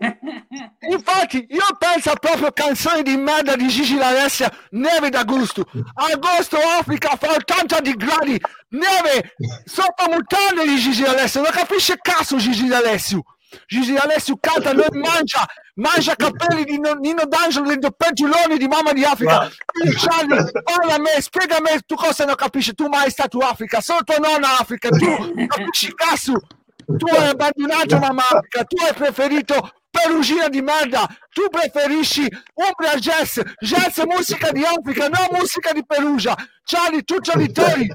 Infatti io penso a proprio canzoni di merda di Gigi D'Alessio, neve d'agosto, agosto Africa fa 80 gradi, neve sotto mutande di Gigi D'Alessio, non capisce cazzo Gigi D'Alessio canta, non mangia capelli di Nino D'Angelo dentro pentoloni di mamma di Africa. Charlie, parla a me, spiega a me tu cosa non capisci, tu mai stato in Africa, solo tua nonna Africa, tu capisci cazzo, tu hai abbandonato mamma Africa, tu hai preferito Perugina di merda, tu preferisci Umbria jazz musica di Africa, non musica di Perugia. Charlie, tu ce li togli.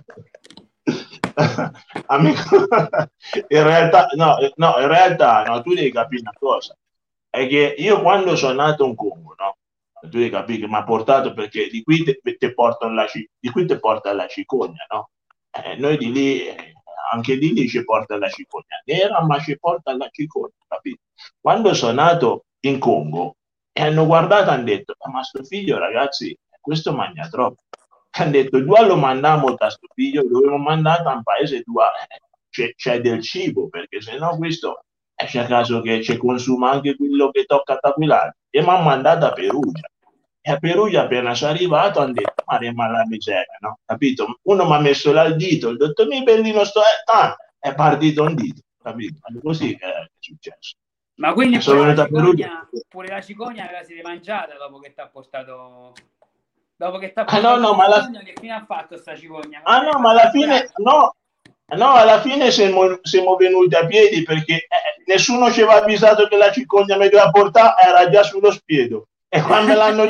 Amico, in realtà no, tu devi capire una cosa, è che io quando sono nato in Congo, no, tu devi capire che mi ha portato, perché di qui ti porta la cicogna, no? Noi di lì, anche di lì ci porta la cicogna nera, ma ci porta la cicogna, capito? Quando sono nato in Congo e hanno guardato e hanno detto, ma sto figlio, ragazzi, questo mangia troppo. Hanno detto, due lo mandiamo da sto figlio, dovevo mandare a un paese due, c'è del cibo, perché sennò questo c'è caso che ci consuma anche quello che tocca a taquilare. E mi hanno mandato a Perugia. E a Perugia appena sono arrivato hanno detto, ma la miseria, no? Capito? Uno mi ha messo là il dito, il dottor mi bellino è partito un dito, capito? Così che è successo. Ma quindi pure la cicogna la siete mangiata dopo che ti ha portato... Dopo che t'ha che fine ha fatto sta cicogna? Ma alla fine alla fine siamo venuti a piedi perché nessuno ci aveva avvisato che la cicogna mi doveva portare, era già sullo spiedo. E quando me l'hanno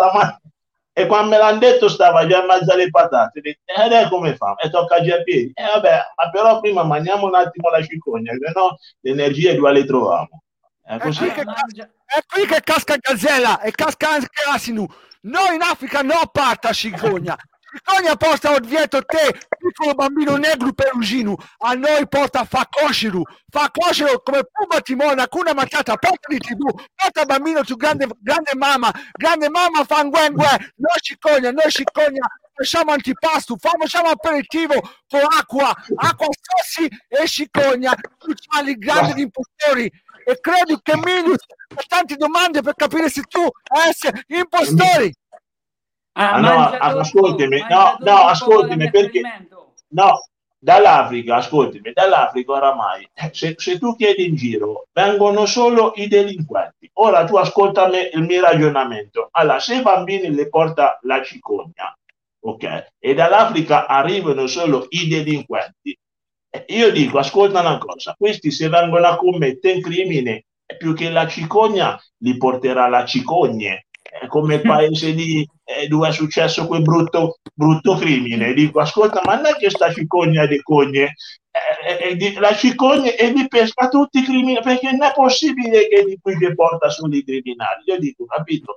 detto stava già in mezzo alle patate. Ed è come fa? E tocca già a piedi. Vabbè, ma però prima mangiamo un attimo la cicogna, che no le energie dove le troviamo. È così. È qui che casca Gazzella e casca anche Asinu. Noi in Africa non parta cicogna. Cicogna porta dietro te, piccolo bambino negro perugino. A noi porta fa cosciru come Puma Timona, Kuna Matata, porta di TV, porta bambino su grande mamma fa ngue. Noi cicogna, facciamo antipasto, facciamo aperitivo con acqua sossi e cicogna, i grandi impostori. E credo che Minus ha tante domande per capire se tu essere impostori. Ascoltami, perché dall'Africa oramai se tu chiedi in giro vengono solo i delinquenti. Ora tu ascoltami il mio ragionamento. Allora, se i bambini le porta la cicogna, ok, e dall'Africa arrivano solo i delinquenti, io dico, ascolta una cosa, questi se vengono a commettere un crimine, più che la cicogna li porterà la cicogne, come il paese lì dove è successo quel brutto crimine. Dico, ascolta, ma non è che sta cicogna di cogne, la cicogna e li pesca tutti i criminali, perché non è possibile che di qui che porta solo i criminali. Io dico, capito?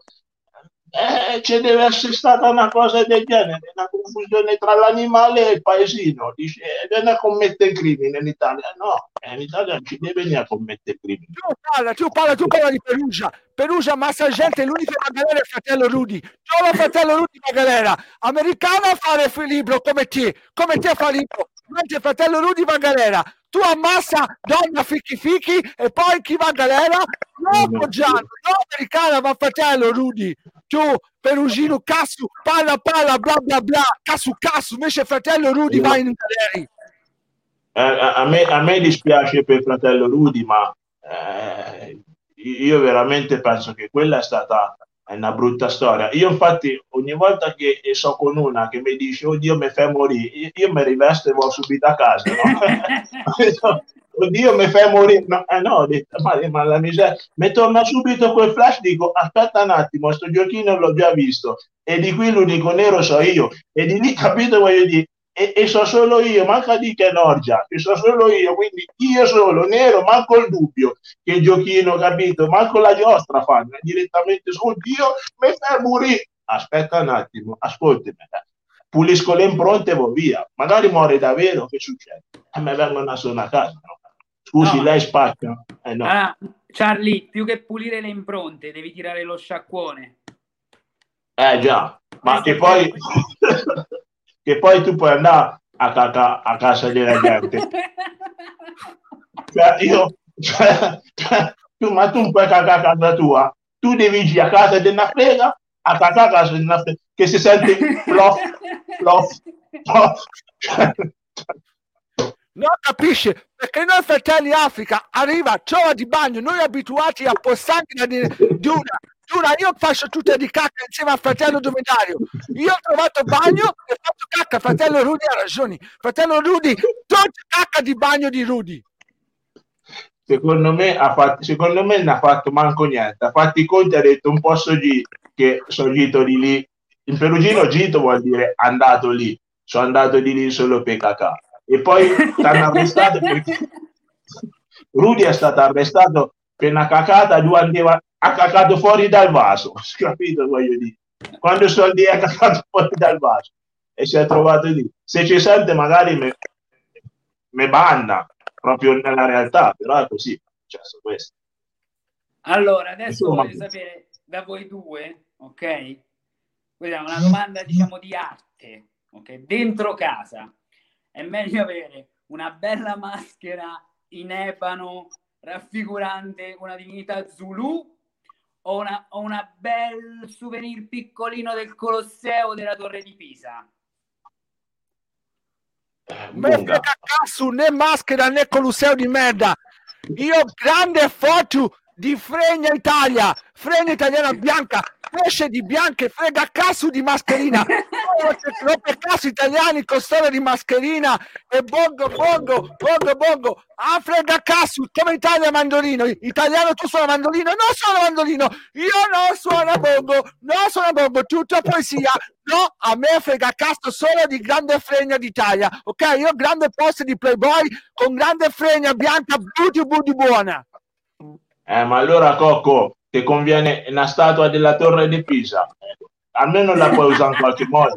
Ci deve essere stata una cosa del genere, una confusione tra l'animale e il paesino. Dice, viene a commettere crimine in Italia. No, in Italia non ci deve venire a commettere crimine. Tu parla di Perugia, massa gente, l'unico galera è il fratello Rudy. Solo il fratello Rudy va galera. Americano a fare il libro come te fa libro. Mentre il fratello Rudy va galera. Tu ammassa donna fichi e poi chi va galera? No, Foggiano, no, americana, ma fratello Rudy. Tu, perugino, cassu, palla, bla bla bla, cassu, invece fratello Rudy va in galera. A me dispiace per fratello Rudy, ma io veramente penso che quella è stata una brutta storia. Io infatti ogni volta che so con una che mi dice oddio mi fai morire, io mi rivesto e vado subito a casa, no? Oddio mi fai morire, no, ma la miseria, mi torna subito quel flash, dico aspetta un attimo, sto giochino l'ho già visto e di qui l'unico nero so io, e di lì capito voglio dire, e so solo io, manca di che Norgia, e so solo io, quindi io solo nero, manco il dubbio che giochino, capito, manco la giostra fanno direttamente su, oddio mi fai morire, aspetta un attimo, ascoltami, pulisco le impronte e vado via, magari muore davvero, che succede? A me vengono a suonare a casa, no? Scusi, no. Lei spacca? No. Ah, Charlie, più che pulire le impronte, devi tirare lo sciacquone. Già, ma che poi tu puoi andare a casa della gente. Ma tu non puoi cagare a casa tua, tu devi girare a casa della frega, a casa della frega, che si sente plof. Non capisce perché noi fratelli Africa arriva trova di bagno, noi abituati a possanghina di una, io faccio tutte di cacca insieme al fratello Domenario, io ho trovato bagno e faccio cacca, fratello Rudy ha ragione, fratello Rudy, tutta cacca di bagno di Rudy. Secondo me non ha fatto manco niente, ha fatto i conti, ha detto un po' che sono gito di lì, in perugino gito vuol dire andato lì, sono andato di lì solo per cacà. E poi stanno arrestato perché Rudy è stato arrestato per una cacata, ha cacato fuori dal vaso, capito voglio dire, quando sono lì ha cacato fuori dal vaso e si è trovato lì, se ci sente magari me banna proprio nella realtà, però è così, cioè, questo. Allora adesso voglio sapere da voi due, ok, questa è una domanda diciamo di arte, ok, dentro casa è meglio avere una bella maschera in ebano raffigurante una divinità Zulu o una bel souvenir piccolino del Colosseo della Torre di Pisa? Mentre cazzo né maschera né Colosseo di merda, io grande foto di Fregna Italia, Fregna italiana bianca, pesce di bianche, frega cazzo di mascherina. Rompe cazzo italiani con storia di mascherina e bongo. Ah, frega cazzo, come Italia mandolino. Italiano tu suona mandolino? Non suono mandolino. Io non suono bongo, tutta poesia. No, a me frega cazzo solo di grande fregna d'Italia. Ok, io grande post di Playboy con grande fregna bianca, booty buona. Ma allora Cocco, ti conviene una statua della Torre di Pisa, almeno la puoi usare in qualche modo.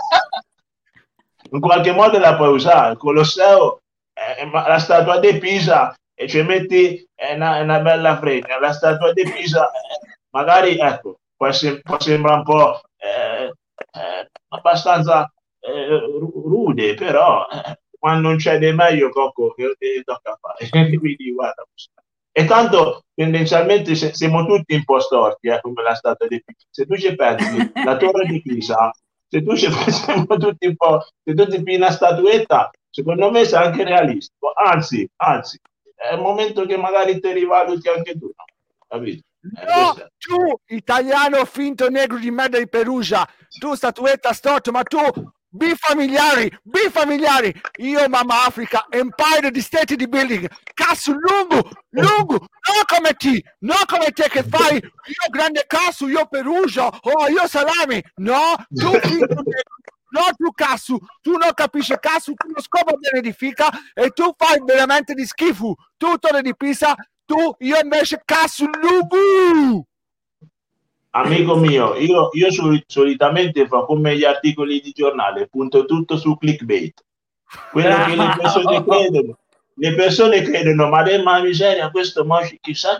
In qualche modo la puoi usare. Il Colosseo, la statua di Pisa, e ci metti una bella fregna. La statua di Pisa, magari, ecco, può sembrare un po' abbastanza rude, però quando non c'è di meglio, Cocco, che tocca fare? Quindi guarda. E tanto tendenzialmente siamo tutti un po' storti, come la statua di Pisa. Se tu ci pensi, la Torre di Pisa, se tu ci pensi, siamo tutti un po', se tu ti fai una statuetta, secondo me sei anche realistico. Anzi, è il momento che magari ti rivaluti anche tu, no? Capito? No, tu, italiano finto negro di merda di Perugia, tu statuetta storto, ma tu bifamiliari, io mamma Africa, empire di state di building, cazzo lungo, non come te che fai, io grande cazzo, io Perugia, io salami, no, tu finto negro. No, tu cazzo, tu non capisci cazzo, tu non scopo edifica e tu fai veramente di schifo, tu Torre di Pisa, io invece cazzo lungo. Amico mio, io solitamente fa come gli articoli di giornale, punto tutto su clickbait. Quello che le persone credono, ma miseria, questo chissà.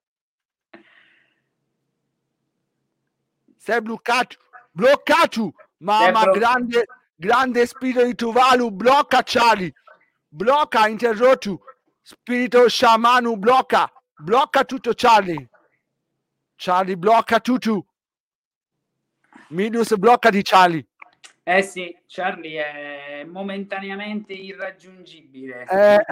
Sei bloccato, mamma grande spirito di Tuvalu, blocca Charlie, blocca interrotto, spirito sciamano, blocca tutto Charlie, blocca tutto, Minus blocca di Charlie. Sì, Charlie è momentaneamente irraggiungibile.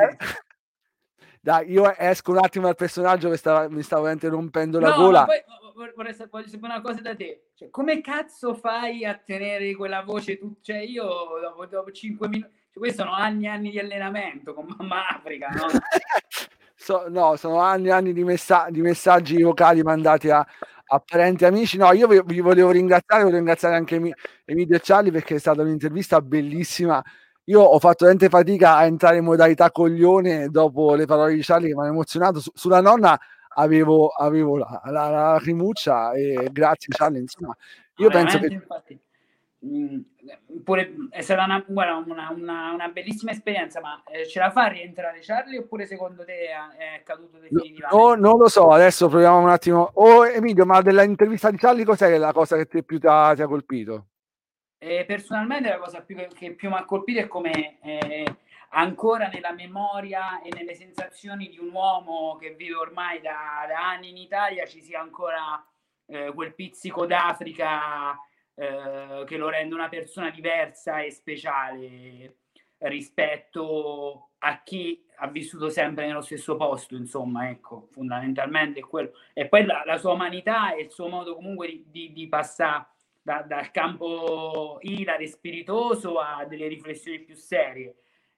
Dai, io esco un attimo dal personaggio che mi stavo veramente rompendo la gola. Voglio sapere una cosa da te. Cioè, come cazzo fai a tenere quella voce? Cioè, io dopo 5 minuti... Cioè, questi sono anni di allenamento con Mamma Africa, no? No, sono anni di messaggi vocali mandati a parenti e amici. No, io vi volevo ringraziare anche Emilio e Charlie, perché è stata un'intervista bellissima. Io ho fatto veramente fatica a entrare in modalità coglione dopo le parole di Charlie che mi hanno emozionato. Sulla nonna avevo la lacrimuccia, e grazie Charlie, insomma. Io penso che... Infatti, pure è stata una bellissima esperienza, ma ce la fa a rientrare Charlie oppure secondo te è caduto definitivamente? No, non lo so, adesso proviamo un attimo. Emilio, ma dell'intervista di Charlie cos'è la cosa che più ti ha colpito? Personalmente la cosa che più mi ha colpito è come ancora nella memoria e nelle sensazioni di un uomo che vive ormai da anni in Italia ci sia ancora quel pizzico d'Africa che lo rende una persona diversa e speciale rispetto a chi ha vissuto sempre nello stesso posto, insomma, ecco, fondamentalmente è quello. E poi la sua umanità e il suo modo comunque di passare dal campo ilare spiritoso a delle riflessioni più serie.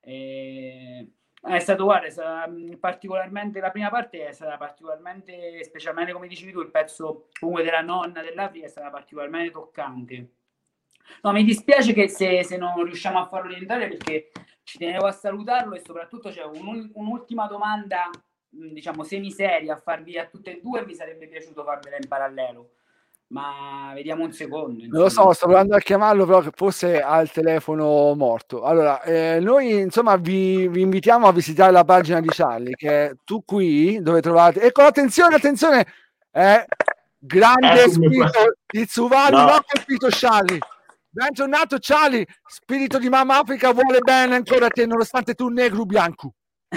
È stato, guarda, particolarmente la prima parte è stata particolarmente, specialmente come dicevi tu, il pezzo comunque della nonna dell'Africa è stata particolarmente toccante. No, mi dispiace che se non riusciamo a farlo rientrare, perché ci tenevo a salutarlo, e soprattutto c'è un'ultima domanda, diciamo semiseria, a farvi a tutte e due. Vi sarebbe piaciuto farvela in parallelo, ma vediamo un secondo. Non lo so, sto provando a chiamarlo, però che forse ha il telefono morto. Allora, noi insomma vi invitiamo a visitare la pagina di Charlie, che è tu qui, dove trovate... Ecco, attenzione, grande spirito di Tsuvali, no. Non colpito Charlie. Bentornato Charlie, spirito di Mamma Africa vuole bene ancora a te, nonostante tu negro bianco.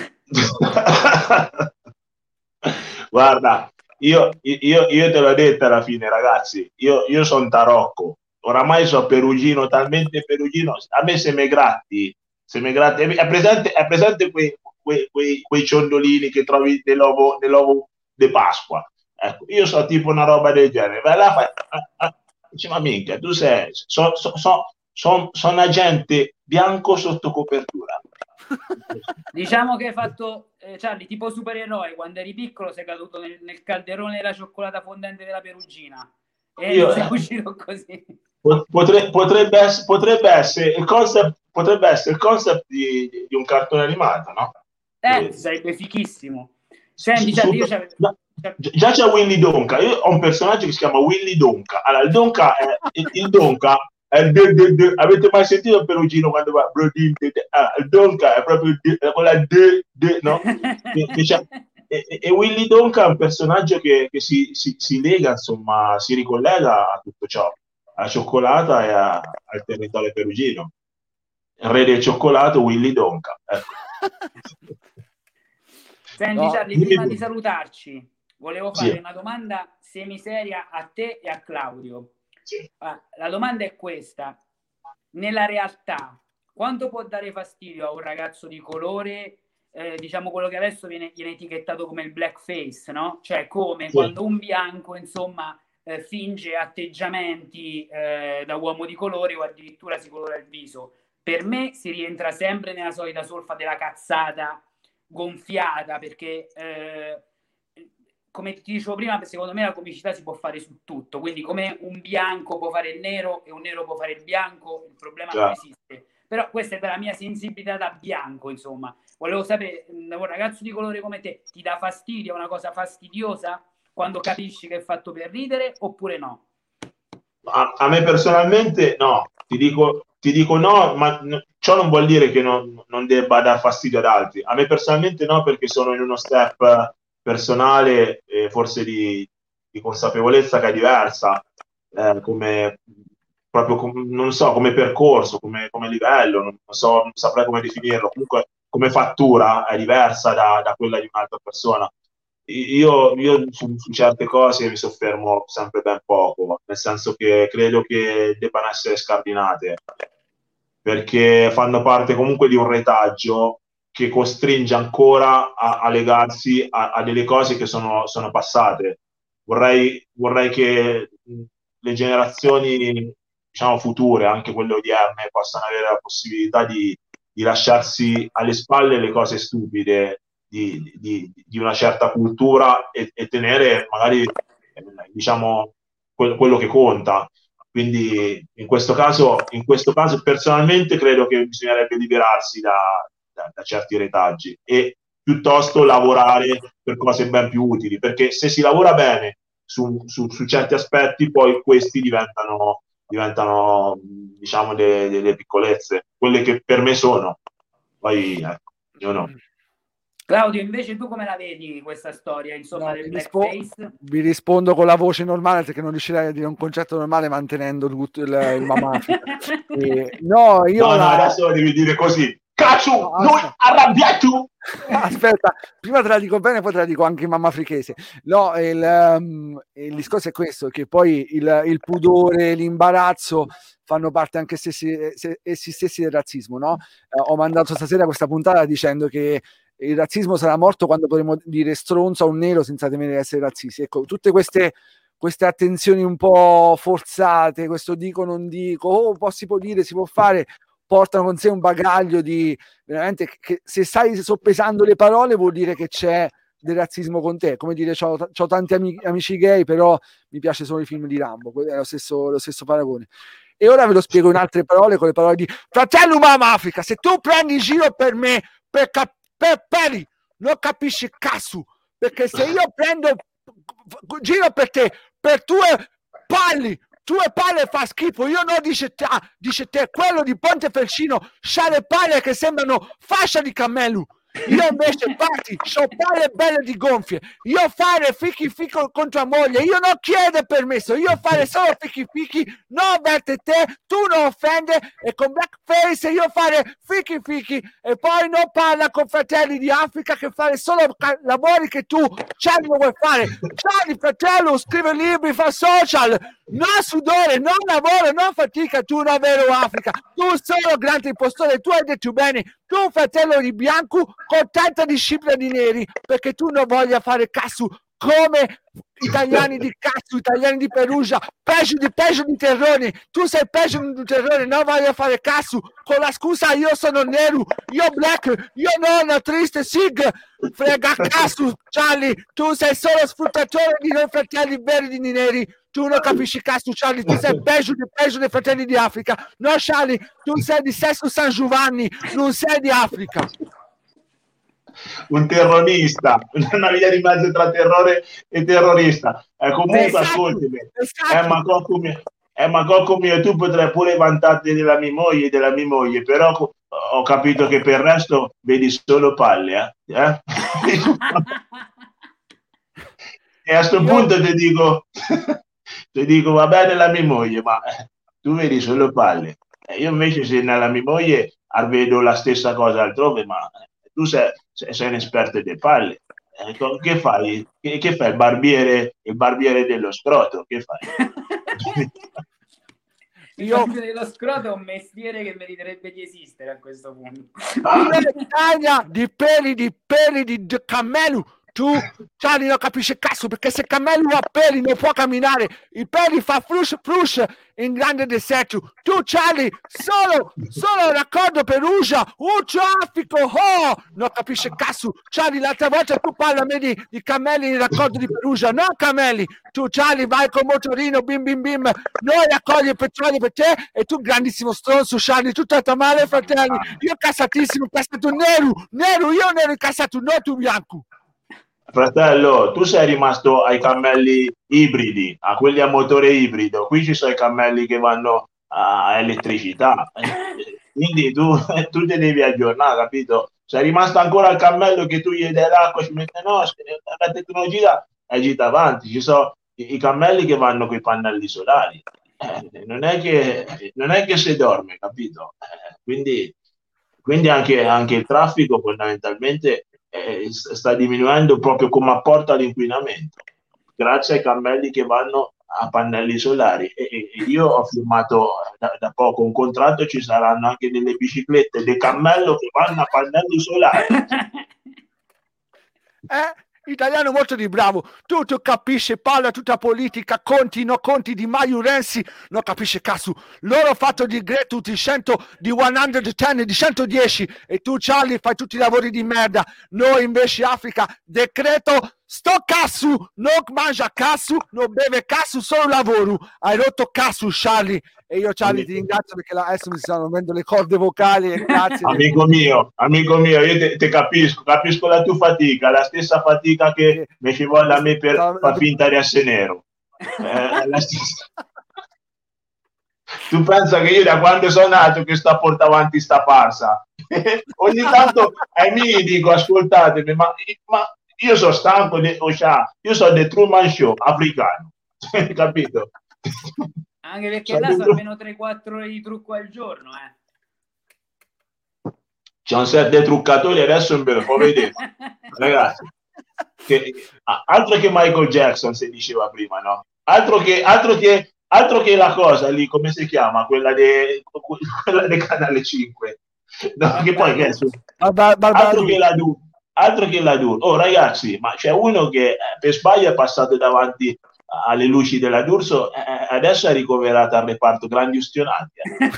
Guarda, io te l'ho detto alla fine, ragazzi, io sono tarocco, oramai sono perugino, talmente perugino, a me se me gratti, è presente quei ciondolini che trovi nell'uovo di Pasqua, Ecco, io so tipo una roba del genere. Vai là, dice, ma minchia, tu sei... Sono agente bianco sotto copertura. Diciamo che hai fatto, Charlie, tipo supereroe, quando eri piccolo sei caduto nel calderone della cioccolata fondente della Perugina e sei uscito così. Potrebbe essere il concept di un cartone animato, no? Sarebbe fichissimo. Senti, già c'è Willy Donka. Io ho un personaggio che si chiama Willy Donka. Allora, il Donka è avete mai sentito il Perugino quando va il Donka è proprio quella no? E Willy Donka è un personaggio che si lega, insomma, si ricollega a tutto ciò, alla cioccolata e al territorio perugino. Il re del cioccolato, Willy Donka. Ecco. Senti, Charlie, prima di salutarci, volevo fare una domanda semiseria a te e a Claudio. Sì. La domanda è questa: nella realtà, quanto può dare fastidio a un ragazzo di colore, diciamo quello che adesso viene etichettato come il blackface, no? Cioè come quando un bianco, insomma, finge atteggiamenti da uomo di colore o addirittura si colora il viso. Per me si rientra sempre nella solita solfa della cazzata gonfiata, perché come ti dicevo prima, secondo me la comicità si può fare su tutto, quindi come un bianco può fare il nero e un nero può fare il bianco, il problema non esiste. Però questa è dalla mia sensibilità da bianco, insomma. Volevo sapere, un ragazzo di colore come te, ti dà fastidio, è una cosa fastidiosa quando capisci che è fatto per ridere oppure no? A me personalmente no, ti dico no, ma ciò non vuol dire che non debba dar fastidio ad altri. A me personalmente no, perché sono in uno step personale, forse di consapevolezza che è diversa, non so, come percorso, come livello, non saprei come definirlo. Comunque come fattura è diversa da quella di un'altra persona. Io su certe cose mi soffermo sempre ben poco, nel senso che credo che debbano essere scardinate, perché fanno parte comunque di un retaggio che costringe ancora a legarsi a delle cose che sono passate. Vorrei che le generazioni, diciamo, future, anche quelle odierne, possano avere la possibilità di lasciarsi alle spalle le cose stupide di una certa cultura e tenere magari diciamo quello che conta. Quindi in questo caso personalmente credo che bisognerebbe liberarsi da certi retaggi e piuttosto lavorare per cose ben più utili, perché se si lavora bene su certi aspetti, poi questi diventano diciamo delle piccolezze, quelle che per me sono. Poi ecco, io no. Claudio, invece tu come la vedi questa storia, insomma, del blackface? Vi rispondo con la voce normale, perché non riuscirei a dire un concetto normale mantenendo tutto il Mamma Africa. No, adesso lo devi dire così. Cazzo, noi arrabbiati! Aspetta, prima te la dico bene, poi te la dico anche in mamma africhese. No, il discorso è questo, che poi il pudore, l'imbarazzo fanno parte anche essi stessi del razzismo, no? Ho mandato stasera questa puntata dicendo che il razzismo sarà morto quando potremo dire stronzo a un nero senza temere di essere razzisti. Ecco, tutte queste attenzioni un po' forzate, questo dico non dico, si può dire, si può fare, portano con sé un bagaglio di veramente che se stai soppesando le parole vuol dire che c'è del razzismo con te, come dire c'ho tanti amici gay, però mi piace solo i film di Rambo, è lo stesso paragone. E ora ve lo spiego in altre parole, con le parole di fratello Mamma Africa. Se tu prendi in giro per me per peli, non capisci cazzo, perché se io prendo giro per te per tue palle fa schifo, io no, dice te, quello di Pontefelcino c'ha le palle che sembrano fascia di cammello, io invece infatti c'ho palle belle di gonfie, io fare fichi con tua moglie, io non chiedo permesso, io fare solo fichi, non avverte te, tu non offende, e con blackface io fare fichi e poi non parla con fratelli di Africa che fare solo lavori che tu non vuoi fare. Charlie, fratello, scrive libri, fa social, non sudore, non lavoro, non fatica, tu non vero Africa, tu solo grande impostore, tu hai detto bene, tu un fratello di bianco con tanta disciplina di neri, perché tu non voglia fare cazzo come italiani di cazzo, italiani di Perugia, peggio di Terroni. Tu sei peggio di Terroni, non voglio fare cazzo. Con la scusa io sono nero, io black, io non triste, sig. Frega cazzo, Charlie, tu sei solo sfruttatore di noi fratelli veri di neri. Tu non capisci cazzo, Charlie, tu sei peggio dei fratelli di Africa. No, Charlie, tu sei di Sesto San Giovanni, non sei di Africa. Un terrorista, una via di mezzo tra terrore e terrorista. Comunque, Esatto, ascoltami, esatto. ma Cocco mio, tu potrai pure vantarti della mia moglie, però ho capito che per il resto vedi solo palle, eh? E a sto punto ti dico, va bene la mia moglie, ma tu vedi solo palle. Io invece se nella mia moglie vedo la stessa cosa altrove, ma tu sei un esperto delle palle. Che fai? Che fai? Il barbiere dello scroto? Che fai? Il barbiere dello scroto è un mestiere che meriterebbe di esistere a questo punto. Di peli di cammello. Tu, Charlie, non capisci cazzo, perché se cammello ha peli non può camminare. I peli fa frush in grande deserto. Tu, Charlie, solo raccordo Perugia, un traffico, non capisci cazzo. Charlie, l'altra volta tu parli a me di cammelli in raccordo di Perugia, non cammelli. Tu, Charlie, vai con motorino, bim bim bim, noi raccogli il petrolio per te e tu grandissimo stronzo, Charlie, tu tratta male, fratelli. Io cassatissimo, cassato nero, io nero incassato, non tu bianco. Fratello, tu sei rimasto ai cammelli ibridi, a quelli a motore ibrido. Qui ci sono i cammelli che vanno a elettricità. Quindi tu ti devi aggiornare, capito? Sei rimasto ancora al cammello che tu gli dai l'acqua, ci mette no, la tecnologia è gita avanti. Ci sono i cammelli che vanno con i pannelli solari. Non è che si dorme, capito? Quindi anche il traffico fondamentalmente sta diminuendo proprio come apporta all'inquinamento grazie ai cammelli che vanno a pannelli solari e io ho firmato da poco un contratto, ci saranno anche delle biciclette del cammello che vanno a pannelli solari. Italiano molto di bravo, tutto capisce, parla tutta politica, conti di Maio Renzi, non capisce cazzo. Loro ho fatto di Greta di 100, di 110, di 110 e tu, Charlie, fai tutti i lavori di merda. Noi invece Africa, decreto sto cazzo, non mangia cazzo, non beve cazzo, solo lavoro. Hai rotto cazzo, Charlie. E io, Charlie, ti ringrazio perché adesso mi stanno venendo le corde vocali e grazie. Amico mio, io te capisco la tua fatica, la stessa fatica che mi ci vuole a me per far finta di essere nero. La stessa. Tu pensa che io da quando sono nato che sto a portare avanti sta farsa? Ogni tanto ai miei dico, ascoltatemi, ma io sono stanco, io sono The Truman Show africano, capito? Anche perché là sono almeno 3-4 ore di trucco al giorno, C'è un set dei truccatori, adesso ve lo può vedere. Ragazzi, altro che Michael Jackson si diceva prima, no? Altro che la cosa lì, come si chiama? Quella del Canale 5. No, che poi che è su... altro che la DUR. Oh ragazzi, ma c'è uno che per sbaglio è passato davanti alle luci della D'Urso, adesso è ricoverato al reparto grandi ustionati.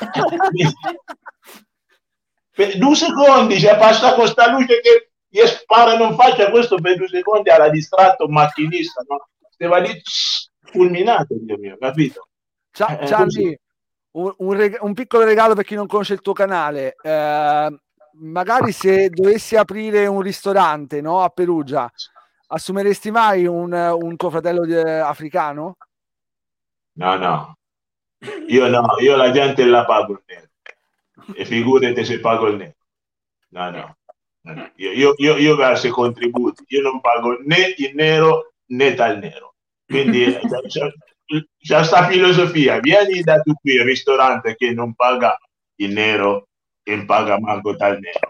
Per 2 secondi c'è passato questa luce che gli spara non faccia questo per 2 secondi, era distratto un macchinista, no? Stava lì fulminato, Dio mio, capito? Charlie, un piccolo regalo per chi non conosce il tuo canale, magari se dovessi aprire un ristorante, no, a Perugia, assumeresti mai un tuo fratello africano? No, io la gente la pago il nero e figurati se pago il nero. No. Io verso i contributi, io non pago né il nero né tal nero, quindi c'è sta filosofia, vieni da tu qui al ristorante che non paga il nero e non paga manco tal nero.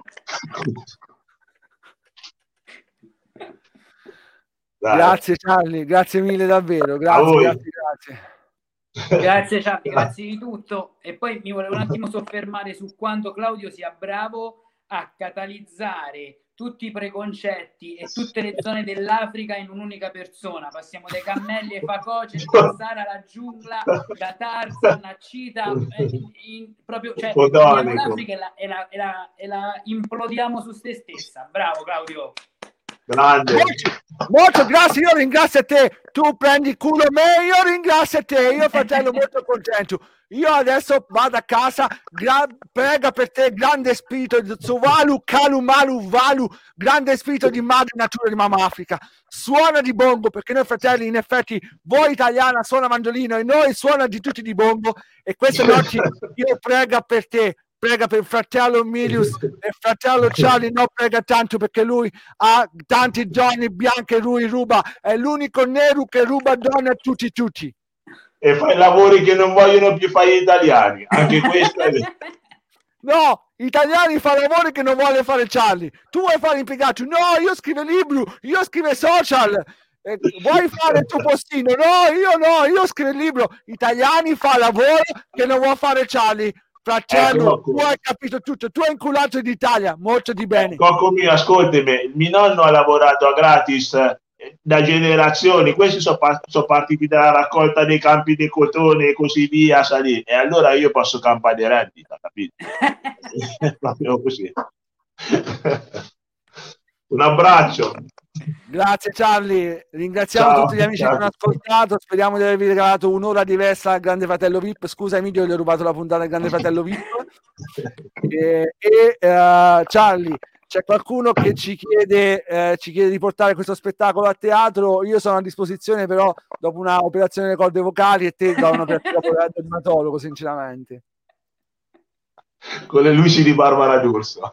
Grazie Charlie, grazie mille davvero, grazie. Grazie Charlie, grazie di tutto. E poi mi volevo un attimo soffermare su quanto Claudio sia bravo a catalizzare tutti i preconcetti e tutte le zone dell'Africa in un'unica persona. Passiamo dai cammelli ai facoce, da Sahara alla giungla, da Tarzan a Cheetah, proprio, cioè, l'Africa e la implodiamo su se stessa. Bravo Claudio. Grande. Molto grazie, io ringrazio te. Tu prendi culo me, io ringrazio te. Io fratello molto contento. Io adesso vado a casa, prega per te, grande spirito di Tsuvalu, Kalu, Malu, Valu, grande spirito di madre natura di mamma Africa. Suona di bongo, perché noi fratelli, in effetti, voi italiana suona mandolino e noi suona di tutti di bongo, e questa notte io prega per te. Prega per il fratello Milius e il fratello Charlie, non prega tanto perché lui ha tanti donne bianche, lui ruba, è l'unico nero che ruba donne a tutti. E fai lavori che non vogliono più fare gli italiani, anche questo è... No, italiani fa lavori che non vuole fare Charlie. Tu vuoi fare impiegato? No, io scrivo libro, io scrivo social. Vuoi fare il tuo postino? No, io scrivo il libro. Italiani fa lavoro che non vuole fare Charlie. Fratello, tu hai capito tutto, tu hai inculato in Italia, molto di bene. Cocco mio, ascoltami, mio nonno ha lavorato a gratis da generazioni, questi sono partiti dalla raccolta dei campi di cotone e così via, salì. E allora io posso campare di rendita, capito? Proprio così. Un abbraccio. Grazie Charlie, ringraziamo tutti gli amici che hanno ascoltato, speriamo di avervi regalato un'ora diversa al Grande Fratello VIP. Scusa Emilio, gli ho rubato la puntata del Grande Fratello VIP. Charlie, c'è qualcuno che ci chiede di portare questo spettacolo a teatro. Io sono a disposizione, però dopo una operazione delle corde vocali, e te da un'operazione del dermatologo, sinceramente. Con le luci di Barbara D'Urso.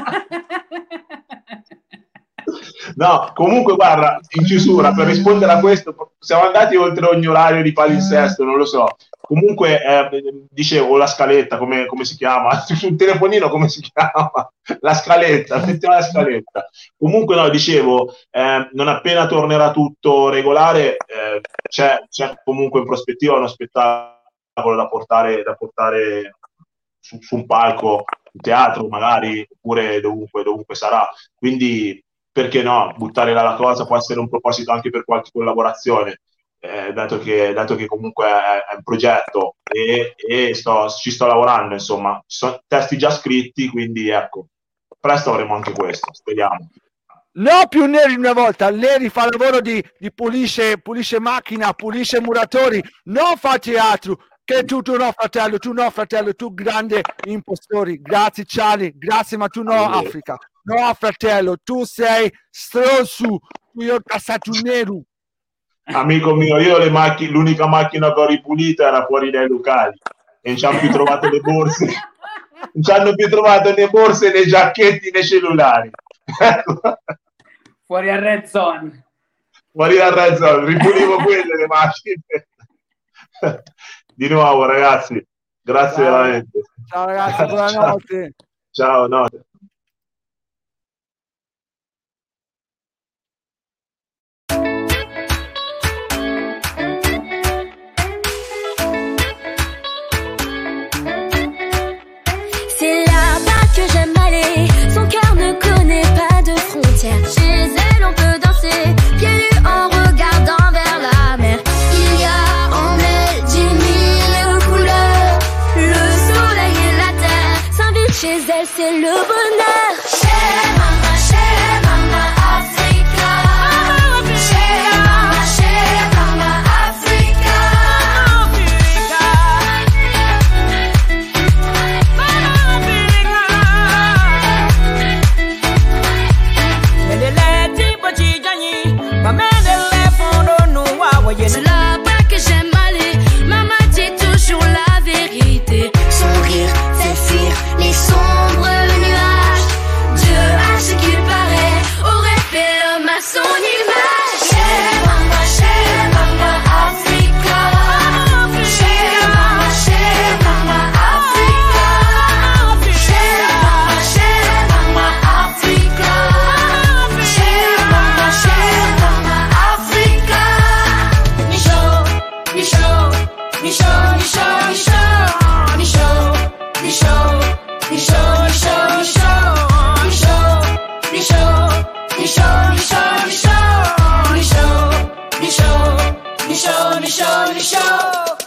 No, comunque guarda, in chiusura, per rispondere a questo, siamo andati oltre ogni orario di palinsesto, non lo so. Comunque dicevo la scaletta, come si chiama? Sul telefonino come si chiama? La scaletta, mettiamo la scaletta. Comunque no, dicevo, non appena tornerà tutto regolare, c'è comunque in prospettiva uno spettacolo da portare su un palco, in teatro magari, oppure dovunque sarà. Quindi perché no, buttare là la cosa può essere un proposito anche per qualche collaborazione, dato che comunque è un progetto e ci sto lavorando, insomma, ci sono testi già scritti, quindi ecco, presto avremo anche questo, speriamo. No più Neri una volta, Neri fa lavoro di pulisce macchina, pulisce muratori, non fa teatro. Che tu no fratello, tu grande impostori. Grazie Charlie, grazie, ma tu no Africa. No fratello, tu sei stronzo, io ho cassato nero. Amico mio, io l'unica macchina che ho ripulita era fuori dai locali e non ci hanno più trovato le borse. Non ci hanno più trovato né borse, né giacchetti, né cellulari. Fuori al Red Zone. Ripulivo quelle le macchine. Di nuovo ragazzi, grazie veramente. Ciao ragazzi, buonanotte. Ciao, notte. C'est là-bas que j'aime aller, son cœur ne connaît pas de frontières. Chez elle on peut danser, pieds nus en regardant vers la mer. Il y a en elle 10 000 couleurs, le soleil et la terre s'invitent chez elle, c'est le bonheur. Chez Mama Africa. Chez Mama Africa. C'est là-bas que j'aime aller. Maman dit toujours la vérité. Son rire fait fuir les sombres nuages. Dieu, à ce qu'il paraît, aurait fait l'homme à son image. Chez Mama Africa. Chez Mama Africa. Chez Mama Africa. Chez Mama Africa. Show.